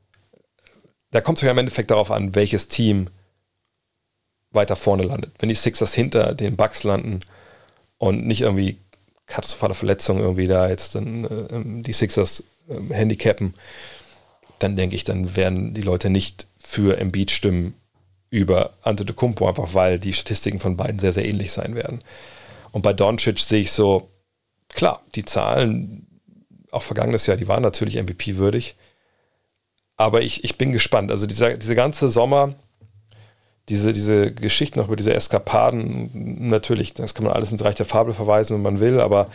da kommt es ja im Endeffekt darauf an, welches Team weiter vorne landet. Wenn die Sixers hinter den Bucks landen und nicht irgendwie katastrophale Verletzungen irgendwie da jetzt dann die Sixers handicappen, dann denke ich, dann werden die Leute nicht für Embiid stimmen über Antetokounmpo, einfach weil die Statistiken von beiden sehr, sehr ähnlich sein werden. Und bei Doncic sehe ich so, klar, die Zahlen, auch vergangenes Jahr, die waren natürlich MVP-würdig. Aber ich bin gespannt. Also diese ganze Sommer, diese Geschichten auch über diese Eskapaden, natürlich, das kann man alles ins Reich der Fabel verweisen, wenn man will, aber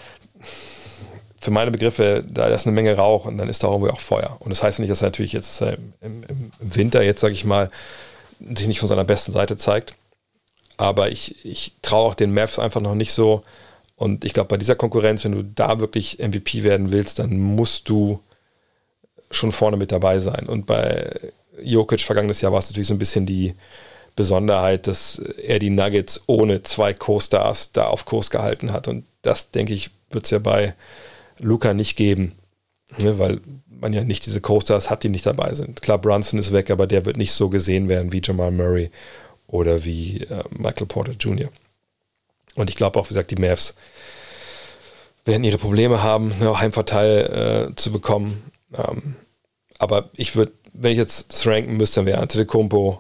für meine Begriffe, da ist eine Menge Rauch und dann ist da irgendwie auch Feuer. Und das heißt nicht, dass er natürlich jetzt im Winter, jetzt sage ich mal, sich nicht von seiner besten Seite zeigt. Aber ich traue auch den Mavs einfach noch nicht so. Und ich glaube, bei dieser Konkurrenz, wenn du da wirklich MVP werden willst, dann musst du schon vorne mit dabei sein. Und bei Jokic vergangenes Jahr war es natürlich so ein bisschen die Besonderheit, dass er die Nuggets ohne 2 Co-Stars da auf Kurs gehalten hat. Und das, denke ich, wird es ja bei Luka nicht geben, ne, weil man ja nicht diese Co-Stars hat, die nicht dabei sind. Klar, Brunson ist weg, aber der wird nicht so gesehen werden wie Jamal Murray oder wie Michael Porter Jr. Und ich glaube auch, wie gesagt, die Mavs werden ihre Probleme haben, einen Heimvorteil zu bekommen. Aber ich würde, wenn ich jetzt das ranken müsste, dann wäre Antetokounmpo,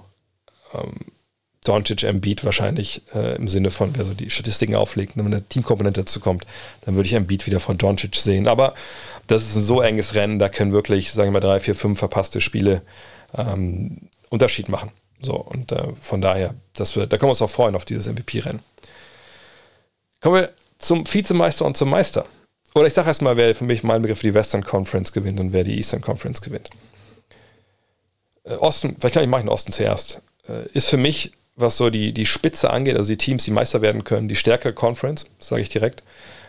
Doncic, Embiid wahrscheinlich im Sinne von, wer so die Statistiken auflegt. Wenn eine Teamkomponente dazu kommt, dann würde ich Embiid wieder von Doncic sehen. Aber das ist ein so enges Rennen, da können wirklich, sagen wir mal, 3, 4, 5 verpasste Spiele Unterschied machen. So, und von daher, da können wir uns auch freuen auf dieses MVP-Rennen. Kommen wir zum Vizemeister und zum Meister. Oder ich sage erstmal, wer für mich mein Begriff die Western Conference gewinnt und wer die Eastern Conference gewinnt. Osten, vielleicht mache ich den Osten zuerst. Ist für mich, was so die Spitze angeht, also die Teams, die Meister werden können, die stärkere Conference, das sage ich direkt.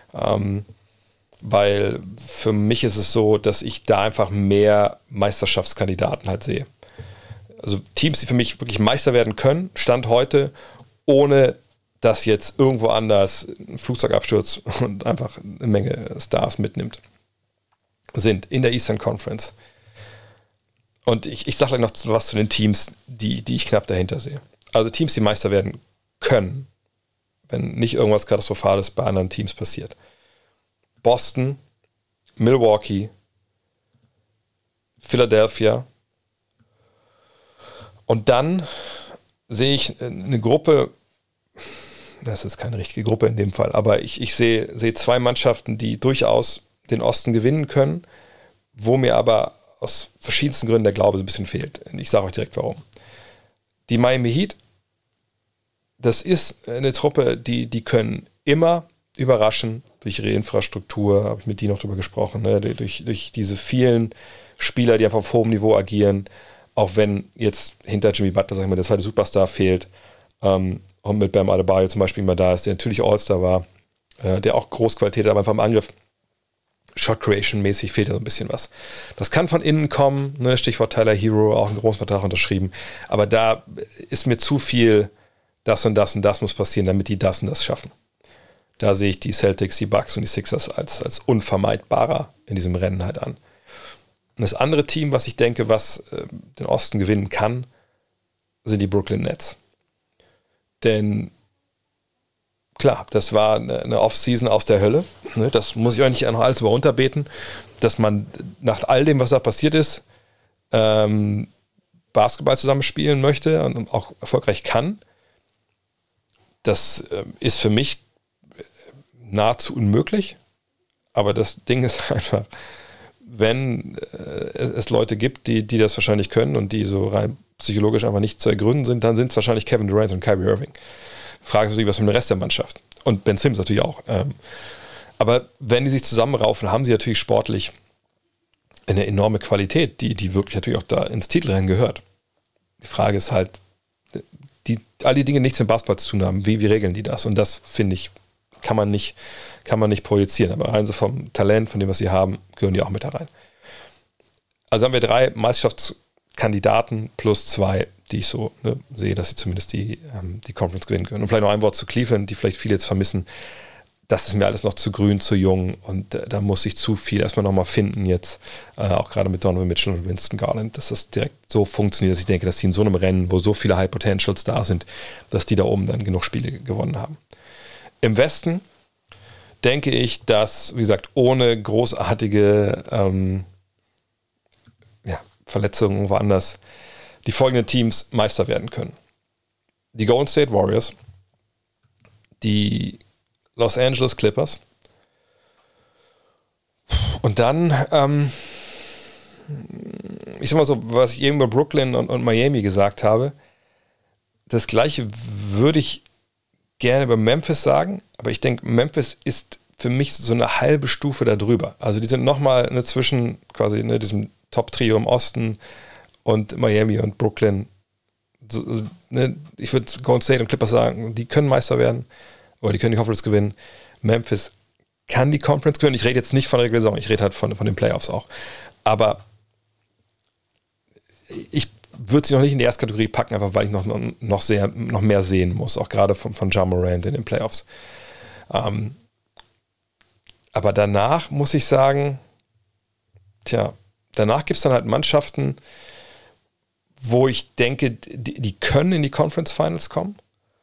Weil für mich ist es so, dass ich da einfach mehr Meisterschaftskandidaten halt sehe. Also Teams, die für mich wirklich Meister werden können, Stand heute, ohne dass jetzt irgendwo anders ein Flugzeugabsturz und einfach eine Menge Stars mitnimmt, sind in der Eastern Conference. Und ich sage gleich noch was zu den Teams, die ich knapp dahinter sehe. Also Teams, die Meister werden können, wenn nicht irgendwas Katastrophales bei anderen Teams passiert. Boston, Milwaukee, Philadelphia. Und dann sehe ich eine Gruppe, das ist keine richtige Gruppe in dem Fall, aber ich sehe 2 Mannschaften, die durchaus den Osten gewinnen können, wo mir aber aus verschiedensten Gründen der Glaube so ein bisschen fehlt. Ich sage euch direkt warum. Die Miami Heat, das ist eine Truppe, die können immer überraschen durch ihre Infrastruktur, habe ich mit dir noch drüber gesprochen, ne? durch diese vielen Spieler, die einfach auf hohem Niveau agieren, auch wenn jetzt hinter Jimmy Butler, sag ich mal, der zweite Superstar fehlt, und mit Bam Adebayo zum Beispiel immer da ist, der natürlich All-Star war, der auch Großqualität hat, aber einfach im Angriff Shot-Creation-mäßig fehlt ja so ein bisschen was. Das kann von innen kommen, ne? Stichwort Tyler Hero, auch einen großen Vertrag unterschrieben, aber da ist mir zu viel, das und das und das muss passieren, damit die das und das schaffen. Da sehe ich die Celtics, die Bucks und die Sixers als unvermeidbarer in diesem Rennen halt an. Und das andere Team, was ich denke, was den Osten gewinnen kann, sind die Brooklyn Nets. Denn klar, das war eine Offseason aus der Hölle. Ne? Das muss ich euch nicht noch alles über runterbeten, dass man nach all dem, was da passiert ist, Basketball zusammen spielen möchte und auch erfolgreich kann. Das ist für mich nahezu unmöglich. Aber das Ding ist einfach, wenn es Leute gibt, die das wahrscheinlich können und die so rein psychologisch einfach nicht zu ergründen sind, dann sind es wahrscheinlich Kevin Durant und Kyrie Irving. Frage ist natürlich, was mit dem Rest der Mannschaft. Und Ben Simmons natürlich auch. Aber wenn die sich zusammenraufen, haben sie natürlich sportlich eine enorme Qualität, die wirklich natürlich auch da ins Titelrennen gehört. Die Frage ist halt, all die Dinge nichts mit Basketball zu tun haben, wie regeln die das? Und das, finde ich, kann man nicht projizieren. Aber rein so vom Talent, von dem, was sie haben, gehören die auch mit da rein. Also haben wir 3 Meisterschaftskandidaten plus 2, die ich so sehe, dass sie zumindest die Conference gewinnen können. Und vielleicht noch ein Wort zu Cleveland, die vielleicht viele jetzt vermissen. Das ist mir alles noch zu grün, zu jung und da muss ich zu viel erstmal nochmal finden jetzt, auch gerade mit Donovan Mitchell und Winston Garland, dass das direkt so funktioniert, dass ich denke, dass die in so einem Rennen, wo so viele High Potentials da sind, dass die da oben dann genug Spiele gewonnen haben. Im Westen denke ich, dass, wie gesagt, ohne großartige Verletzungen irgendwo anders die folgenden Teams Meister werden können. Die Golden State Warriors, die Los Angeles Clippers und dann, ich sag mal so, was ich eben über Brooklyn und Miami gesagt habe, das Gleiche würde ich gerne über Memphis sagen, aber ich denke, Memphis ist für mich so eine halbe Stufe darüber. Also die sind nochmal zwischen quasi diesem Top-Trio im Osten und Miami und Brooklyn. Ich würde Golden State und Clippers sagen, die können Meister werden, oder die können die Conference gewinnen. Memphis kann die Conference gewinnen. Ich rede jetzt nicht von der Regular Saison, ich rede halt von den Playoffs auch. Aber ich würde sie noch nicht in die erste Kategorie packen, einfach weil ich noch mehr sehen muss, auch gerade von Ja Morant in den Playoffs. Aber danach muss ich sagen, danach gibt es dann halt Mannschaften, wo ich denke, die können in die Conference Finals kommen.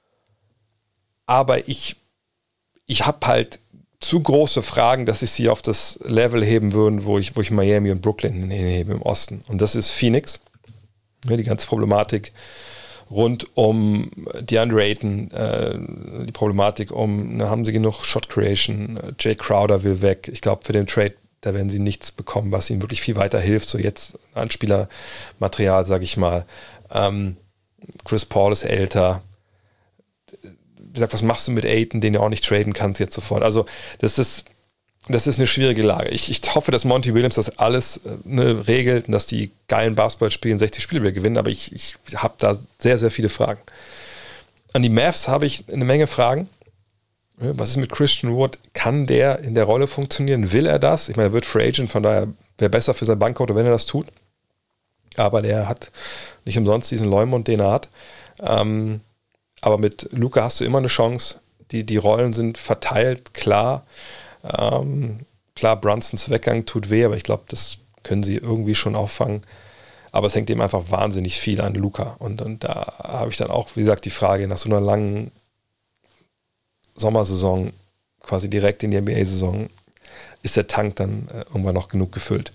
Aber ich habe halt zu große Fragen, dass ich sie auf das Level heben würde, wo ich Miami und Brooklyn hinhebe im Osten. Und das ist Phoenix. Ja, die ganze Problematik rund um DeAndre Ayton, die Problematik haben sie genug Shot Creation, Jay Crowder will weg. Ich glaube, für den Trade, da werden sie nichts bekommen, was ihnen wirklich viel weiterhilft. So jetzt Anspielermaterial, sage ich mal. Chris Paul ist älter. Wie gesagt, was machst du mit Ayton, den du auch nicht traden kannst jetzt sofort? Also das ist eine schwierige Lage. Ich hoffe, dass Monty Williams das alles regelt und dass die geilen Basketball spielen, 60 Spiele wieder gewinnen, aber ich habe da sehr, sehr viele Fragen. An die Mavs habe ich eine Menge Fragen. Was ist mit Christian Wood? Kann der in der Rolle funktionieren? Will er das? Ich meine, er wird Free Agent, von daher wäre besser für sein Bankkonto, wenn er das tut. Aber der hat nicht umsonst diesen Leumund, den er hat. Aber mit Luka hast du immer eine Chance. Die Rollen sind verteilt, klar. Klar, Brunsons Weggang tut weh, aber ich glaube, das können sie irgendwie schon auffangen. Aber es hängt eben einfach wahnsinnig viel an Luka. Und da habe ich dann auch, wie gesagt, die Frage, nach so einer langen Sommersaison, quasi direkt in die NBA-Saison, ist der Tank dann irgendwann noch genug gefüllt.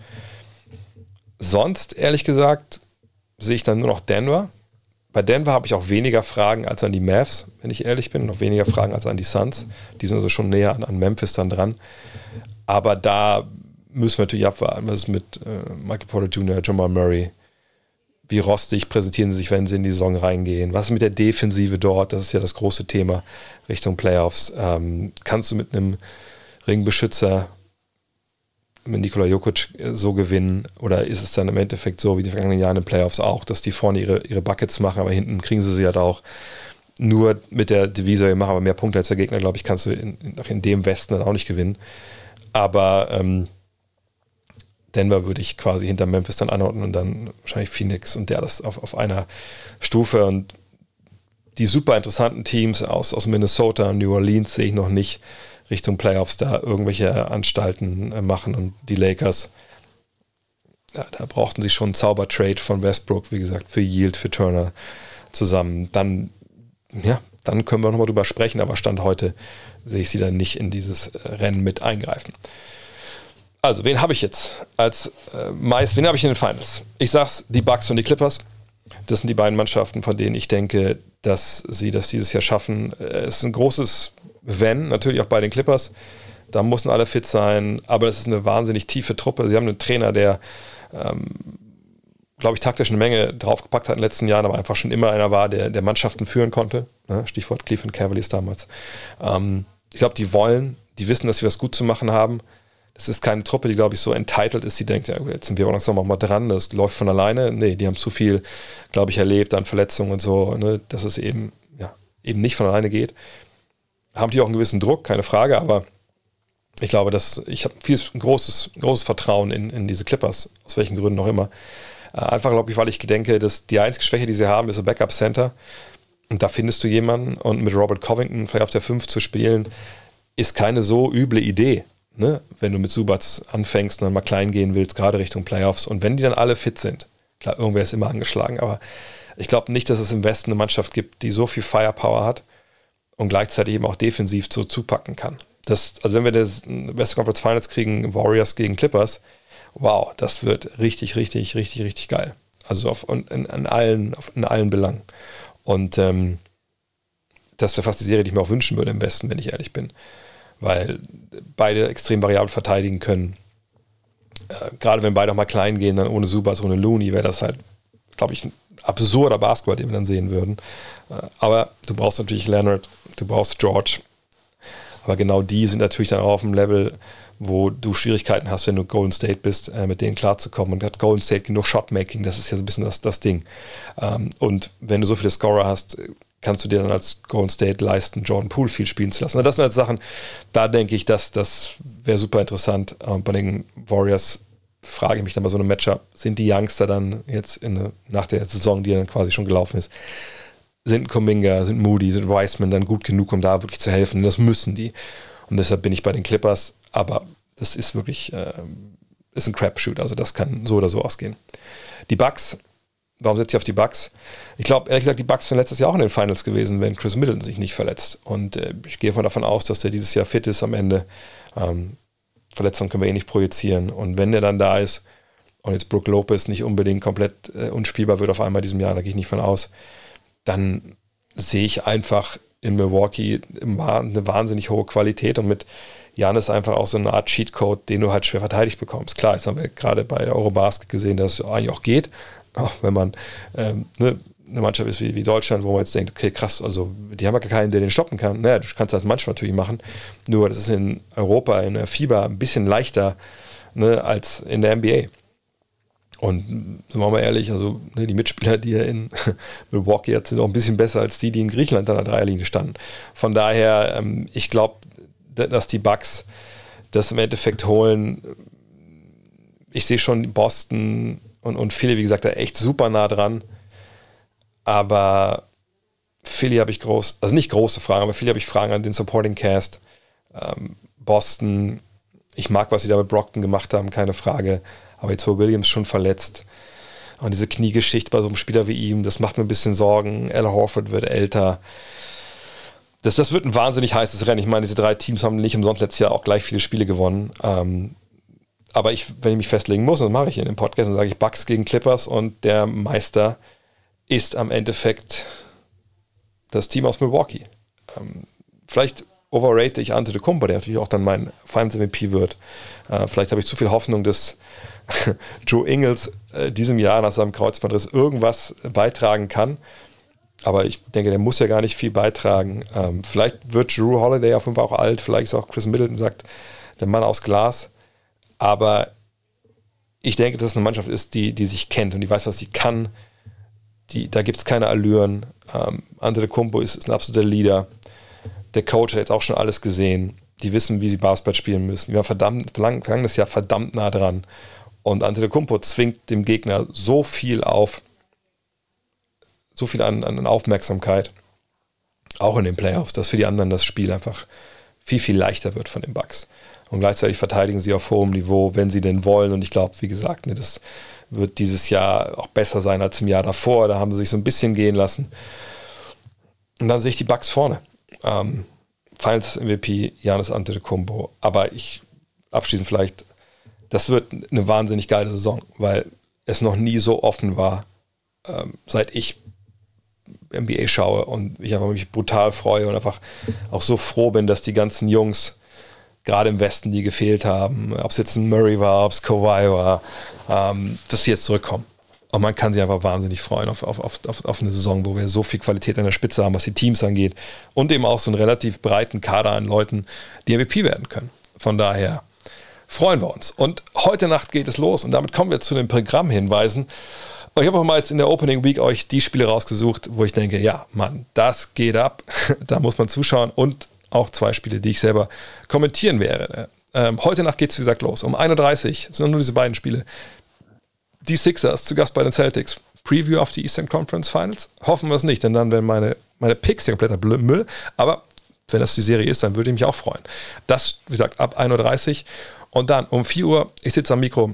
Sonst, ehrlich gesagt, sehe ich dann nur noch Denver. Bei Denver habe ich auch weniger Fragen als an die Mavs, wenn ich ehrlich bin, und noch weniger Fragen als an die Suns. Die sind also schon näher an Memphis dann dran. Aber da müssen wir natürlich abwarten, was ist mit Michael Porter Jr., Jamal Murray, wie rostig präsentieren sie sich, wenn sie in die Saison reingehen, was ist mit der Defensive dort, das ist ja das große Thema Richtung Playoffs. Kannst du mit einem Ringbeschützer, mit Nikola Jokic so gewinnen, oder ist es dann im Endeffekt so wie die vergangenen Jahre in den Playoffs auch, dass die vorne ihre Buckets machen, aber hinten kriegen sie halt auch nur mit der Devise, wir machen aber mehr Punkte als der Gegner, glaube ich, kannst du in dem Westen dann auch nicht gewinnen. Aber Denver würde ich quasi hinter Memphis dann anordnen und dann wahrscheinlich Phoenix und Dallas auf einer Stufe. Und die super interessanten Teams aus Minnesota und New Orleans sehe ich noch nicht Richtung Playoffs da irgendwelche Anstalten machen. Und die Lakers, ja, da brauchten sie schon einen Zaubertrade von Westbrook, wie gesagt, für Yield, für Turner zusammen. Dann, ja, dann können wir nochmal drüber sprechen, aber Stand heute sehe ich sie dann nicht in dieses Rennen mit eingreifen. Also, wen habe ich jetzt wen habe ich in den Finals? Ich sag's, die Bucks und die Clippers. Das sind die beiden Mannschaften, von denen ich denke, dass sie das dieses Jahr schaffen. Es ist ein großes Wenn, natürlich auch bei den Clippers. Da müssen alle fit sein, aber es ist eine wahnsinnig tiefe Truppe. Sie haben einen Trainer, der, glaube ich, taktisch eine Menge draufgepackt hat in den letzten Jahren, aber einfach schon immer einer war, der Mannschaften führen konnte. Stichwort Cleveland Cavaliers damals. Ich glaube, die wissen, dass sie was gut zu machen haben. Das ist keine Truppe, die, glaube ich, so entitled ist, die denkt, ja, jetzt sind wir auch langsam mal dran, das läuft von alleine. Nee, die haben zu viel, glaube ich, erlebt an Verletzungen und so, ne, dass es eben nicht von alleine geht. Haben die auch einen gewissen Druck, keine Frage, aber ich glaube, ich habe ein großes Vertrauen in diese Clippers, aus welchen Gründen auch immer. Einfach, glaube ich, weil ich denke, dass die einzige Schwäche, die sie haben, ist ein Backup-Center. Und da findest du jemanden, und mit Robert Covington vielleicht auf der 5 zu spielen, ist keine so üble Idee. Ne? Wenn du mit Zubac anfängst und dann mal klein gehen willst, gerade Richtung Playoffs. Und wenn die dann alle fit sind, klar, irgendwer ist immer angeschlagen, aber ich glaube nicht, dass es im Westen eine Mannschaft gibt, die so viel Firepower hat und gleichzeitig eben auch defensiv so zupacken kann. Also wenn wir das Western Conference Finals kriegen, Warriors gegen Clippers, wow, das wird richtig, richtig, richtig, richtig geil. Also in allen Belangen. Und das wäre fast die Serie, die ich mir auch wünschen würde im Westen, wenn ich ehrlich bin. Weil beide extrem variabel verteidigen können. Gerade wenn beide auch mal klein gehen, dann ohne Zubac, ohne Looney, wäre das halt, glaube ich, ein absurder Basketball, den wir dann sehen würden. Aber du brauchst natürlich Leonard, du brauchst George. Aber genau die sind natürlich dann auch auf dem Level, wo du Schwierigkeiten hast, wenn du Golden State bist, mit denen klarzukommen. Und hat Golden State genug Shotmaking, das ist ja so ein bisschen das Ding. Und wenn du so viele Scorer hast, kannst du dir dann als Golden State leisten, Jordan Poole viel spielen zu lassen. Und das sind halt Sachen, da denke ich, das wäre super interessant. Bei den Warriors frage ich mich dann bei so einem Matchup, sind die Youngster dann jetzt nach der Saison, die dann quasi schon gelaufen ist, sind Kuminga, sind Moody, sind Wiseman dann gut genug, um da wirklich zu helfen? Das müssen die. Und deshalb bin ich bei den Clippers. Aber das ist wirklich ist ein Crapshoot. Also das kann so oder so ausgehen. Die Bucks, warum setze ich auf die Bucks? Ich glaube, ehrlich gesagt, die Bucks wären letztes Jahr auch in den Finals gewesen, wenn Chris Middleton sich nicht verletzt. Und ich gehe mal davon aus, dass der dieses Jahr fit ist am Ende. Verletzungen können wir nicht projizieren. Und wenn der dann da ist und jetzt Brook Lopez nicht unbedingt komplett unspielbar wird auf einmal diesem Jahr, da gehe ich nicht von aus, dann sehe ich einfach in Milwaukee eine wahnsinnig hohe Qualität und mit Giannis einfach auch so eine Art Cheatcode, den du halt schwer verteidigt bekommst. Klar, jetzt haben wir gerade bei Eurobasket gesehen, dass es eigentlich auch geht, auch wenn man eine Mannschaft ist wie Deutschland, wo man jetzt denkt, okay, krass, also die haben ja gar keinen, der den stoppen kann. Naja, du kannst das manchmal natürlich machen, nur das ist in Europa, in der FIBA ein bisschen leichter, ne, als in der NBA. Und sind wir mal ehrlich, also die Mitspieler, die er in Milwaukee hat, sind auch ein bisschen besser als die in Griechenland an der Dreierlinie standen. Von daher, ich glaube, dass die Bucks das im Endeffekt holen. Ich sehe schon Boston und Philly, wie gesagt, da echt super nah dran. Aber Philly habe ich nicht große Fragen, aber Philly habe ich Fragen an den Supporting Cast. Boston, ich mag, was sie da mit Brockton gemacht haben, keine Frage. Aber jetzt war Williams schon verletzt. Und diese Kniegeschichte bei so einem Spieler wie ihm, das macht mir ein bisschen Sorgen. Al Horford wird älter. Das wird ein wahnsinnig heißes Rennen. Ich meine, diese 3 Teams haben nicht umsonst letztes Jahr auch gleich viele Spiele gewonnen. Aber wenn ich mich festlegen muss, das mache ich in dem Podcast, dann sage ich Bucks gegen Clippers und der Meister ist am Endeffekt das Team aus Milwaukee. Vielleicht overrate ich Antetokounmpo, der natürlich auch dann mein Finals-MVP wird. Vielleicht habe ich zu viel Hoffnung, dass Joe Ingles diesem Jahr nach seinem Kreuzbandriss irgendwas beitragen kann. Aber ich denke, der muss ja gar nicht viel beitragen. Vielleicht wird Jrue Holiday auf jeden Fall auch alt. Vielleicht ist auch Chris Middleton, sagt der Mann aus Glas. Aber ich denke, dass es eine Mannschaft ist, die sich kennt und die weiß, was sie kann. Da gibt es keine Allüren. Antetokounmpo ist ein absoluter Leader. Der Coach hat jetzt auch schon alles gesehen. Die wissen, wie sie Basketball spielen müssen. Die waren vergangenes Jahr verdammt nah dran. Und Antetokounmpo zwingt dem Gegner so viel auf, so viel an Aufmerksamkeit, auch in den Playoffs, dass für die anderen das Spiel einfach viel, viel leichter wird von den Bucks. Und gleichzeitig verteidigen sie auf hohem Niveau, wenn sie denn wollen. Und ich glaube, wie gesagt, das wird dieses Jahr auch besser sein als im Jahr davor. Da haben sie sich so ein bisschen gehen lassen. Und dann sehe ich die Bucks vorne. Finals-MVP Giannis Antetokounmpo. Aber abschließend vielleicht, das wird eine wahnsinnig geile Saison, weil es noch nie so offen war, seit ich NBA schaue und ich einfach mich brutal freue und einfach auch so froh bin, dass die ganzen Jungs, gerade im Westen, die gefehlt haben, ob es jetzt ein Murray war, ob es Kawhi war, dass sie jetzt zurückkommen. Und man kann sich einfach wahnsinnig freuen auf eine Saison, wo wir so viel Qualität an der Spitze haben, was die Teams angeht und eben auch so einen relativ breiten Kader an Leuten, die MVP werden können. Von daher freuen wir uns. Und heute Nacht geht es los und damit kommen wir zu den Programmhinweisen. Und ich habe auch mal jetzt in der Opening Week euch die Spiele rausgesucht, wo ich denke, ja, Mann, das geht ab. Da muss man zuschauen und auch 2 Spiele, die ich selber kommentieren werde. Heute Nacht geht es, wie gesagt, los. Um 1:30 Uhr sind nur diese beiden Spiele. Die Sixers zu Gast bei den Celtics. Preview auf die Eastern Conference Finals. Hoffen wir es nicht, denn dann werden meine Picks ja kompletter Müll. Aber wenn das die Serie ist, dann würde ich mich auch freuen. Das, wie gesagt, ab 1:30 Uhr. Und dann um 4 Uhr, ich sitze am Mikro,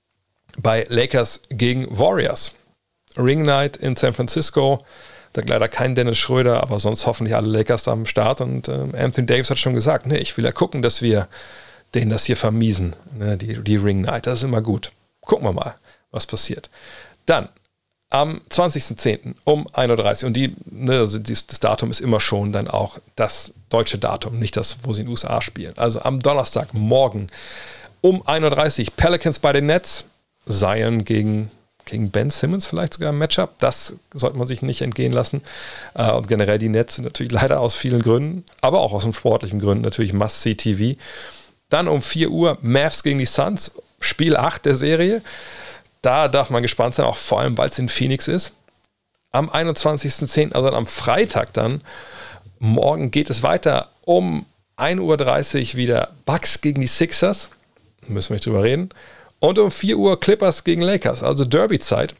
bei Lakers gegen Warriors. Ring Night in San Francisco. Da leider kein Dennis Schröder, aber sonst hoffentlich alle Lakers am Start. Und Anthony Davis hat schon gesagt, ich will ja gucken, dass wir denen das hier vermiesen. Die Ring Night, das ist immer gut. Gucken wir mal, was passiert. Dann am 20.10. um 1:30 Uhr. Und das Datum ist immer schon dann auch das deutsche Datum, nicht das, wo sie in den USA spielen. Also am Donnerstagmorgen um 1:30 Uhr Pelicans bei den Nets. Zion gegen Ben Simmons vielleicht sogar ein Matchup. Das sollte man sich nicht entgehen lassen. Und generell die Nets sind natürlich leider aus vielen Gründen, aber auch aus den sportlichen Gründen natürlich Must-See-TV. Dann um 4 Uhr Mavs gegen die Suns. Spiel 8 der Serie. Da darf man gespannt sein, auch vor allem, weil es in Phoenix ist. Am 21.10., also am Freitag dann, morgen geht es weiter um 1:30 Uhr wieder Bucks gegen die Sixers. Müssen wir nicht drüber reden. Und um 4 Uhr Clippers gegen Lakers, also Derby-Zeit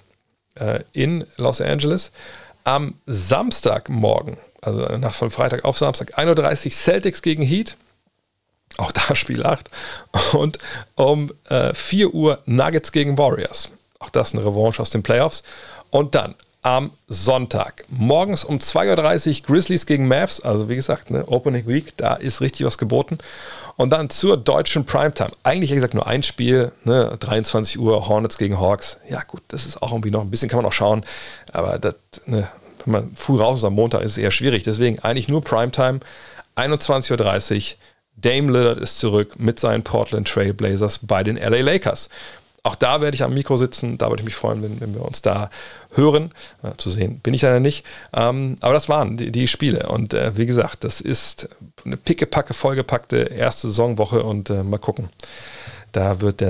in Los Angeles. Am Samstagmorgen, also Nacht von Freitag auf Samstag, 1:30 Uhr Celtics gegen Heat. Auch da Spiel 8. Und um 4 Uhr Nuggets gegen Warriors. Auch das eine Revanche aus den Playoffs. Und dann am Sonntag morgens um 2:30 Uhr Grizzlies gegen Mavs. Also wie gesagt, Opening Week, da ist richtig was geboten. Und dann zur deutschen Primetime. Eigentlich, wie gesagt, nur ein Spiel, 23 Uhr Hornets gegen Hawks. Ja gut, das ist auch irgendwie noch ein bisschen, kann man auch schauen. Aber das, wenn man früh raus ist am Montag, ist es eher schwierig. Deswegen eigentlich nur Primetime, 21:30 Uhr. Dame Lillard ist zurück mit seinen Portland Trail Blazers bei den LA Lakers. Auch da werde ich am Mikro sitzen. Da würde ich mich freuen, wenn wir uns da hören. Zu sehen bin ich leider nicht. Aber das waren die Spiele. Und wie gesagt, das ist eine pickepacke, vollgepackte erste Saisonwoche. Und mal gucken. Da wird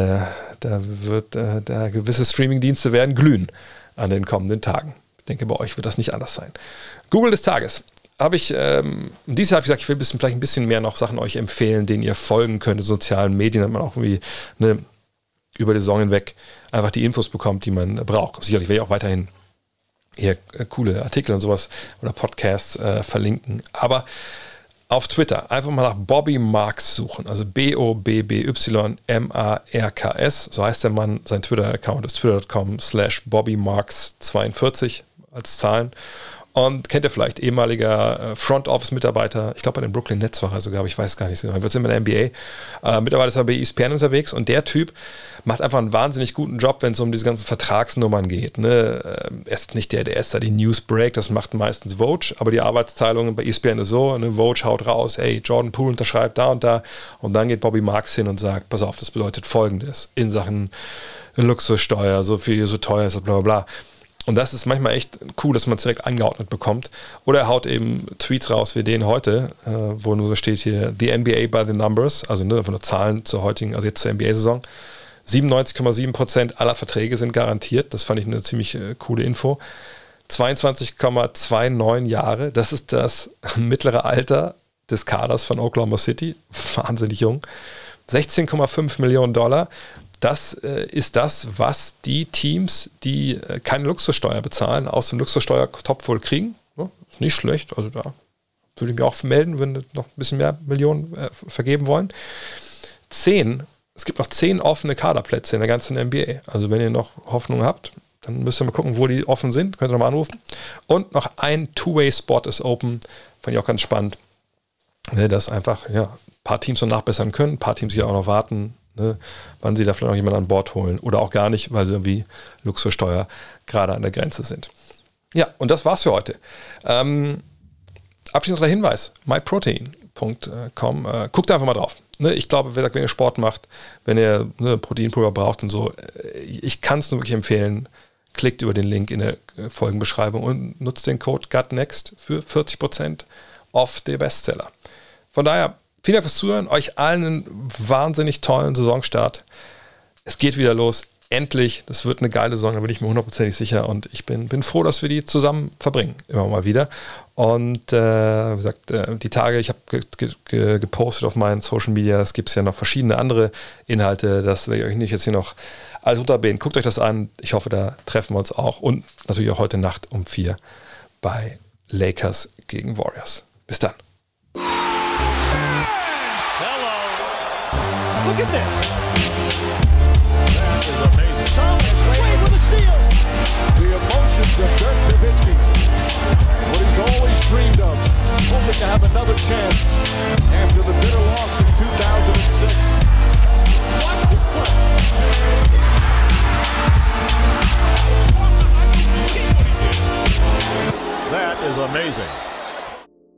gewisse Streamingdienste werden glühen an den kommenden Tagen. Ich denke, bei euch wird das nicht anders sein. Google des Tages. Dieses Jahr habe ich gesagt, ich will vielleicht ein bisschen mehr noch Sachen euch empfehlen, denen ihr folgen könnt in sozialen Medien, damit man auch irgendwie über die Saison hinweg einfach die Infos bekommt, die man braucht. Sicherlich werde ich auch weiterhin hier coole Artikel und sowas oder Podcasts verlinken. Aber auf Twitter einfach mal nach Bobby Marks suchen. Also BOBBYMARKS. So heißt der Mann. Sein Twitter-Account ist twitter.com/BobbyMarks42 als Zahlen. Und kennt ihr vielleicht, ehemaliger Front-Office-Mitarbeiter, ich glaube bei den Brooklyn Nets war er sogar, aber ich weiß gar nicht so genau, er wird in der NBA. Mittlerweile ist er bei ESPN unterwegs und der Typ macht einfach einen wahnsinnig guten Job, wenn es um diese ganzen Vertragsnummern geht. Er ist nicht der erst da die News break, das macht meistens Woj, aber die Arbeitsteilung bei ESPN ist so, Woj haut raus, Jordan Poole unterschreibt da und dann geht Bobby Marks hin und sagt, pass auf, das bedeutet Folgendes in Sachen Luxussteuer, so teuer ist, bla bla bla. Und das ist manchmal echt cool, dass man es direkt angeordnet bekommt. Oder er haut eben Tweets raus wie den heute, wo nur so steht hier, the NBA by the numbers, also einfach nur Zahlen zur heutigen, also jetzt zur NBA-Saison. 97,7% aller Verträge sind garantiert. Das fand ich eine ziemlich coole Info. 22,29 Jahre, das ist das mittlere Alter des Kaders von Oklahoma City. Wahnsinnig jung. 16,5 Millionen $. Das ist das, was die Teams, die keine Luxussteuer bezahlen, aus dem Luxussteuertopf wohl kriegen. Ja, ist nicht schlecht. Also da würde ich mich auch melden, wenn wir noch ein bisschen mehr Millionen vergeben wollen. Es gibt noch 10 offene Kaderplätze in der ganzen NBA. Also wenn ihr noch Hoffnung habt, Dann müsst ihr mal gucken, wo die offen sind. Könnt ihr nochmal anrufen. Und noch ein Two-Way-Spot ist open. Fand ich auch ganz spannend. Dass einfach ein paar Teams noch nachbessern können, ein paar Teams hier auch noch warten, wann sie da vielleicht noch jemanden an Bord holen oder auch gar nicht, weil sie irgendwie Luxussteuer gerade an der Grenze sind. Ja, und das war's für heute. Abschließend noch der Hinweis, myprotein.com, guckt einfach mal drauf. Ich glaube, wenn ihr Sport macht, wenn ihr Proteinpulver braucht und so, ich kann es nur wirklich empfehlen, klickt über den Link in der Folgenbeschreibung und nutzt den Code GUTNEXT für 40% off der Bestseller. Von daher, vielen Dank fürs Zuhören, euch allen einen wahnsinnig tollen Saisonstart. Es geht wieder los, endlich, das wird eine geile Saison, da bin ich mir 100% sicher und ich bin froh, dass wir die zusammen verbringen, immer mal wieder. Und wie gesagt, die Tage, ich habe gepostet auf meinen Social Media, es gibt ja noch verschiedene andere Inhalte, das werde ich euch nicht jetzt hier noch alles unterbeten. Guckt euch das an, ich hoffe, da treffen wir uns auch und natürlich auch heute Nacht um 4 bei Lakers gegen Warriors. Bis dann. Look at this. That is amazing. Thomas Wade with a steal. The emotions of Dirk Nowitzki. What he's always dreamed of. Hoping to have another chance after the bitter loss in 2006. Watch this play. That is amazing.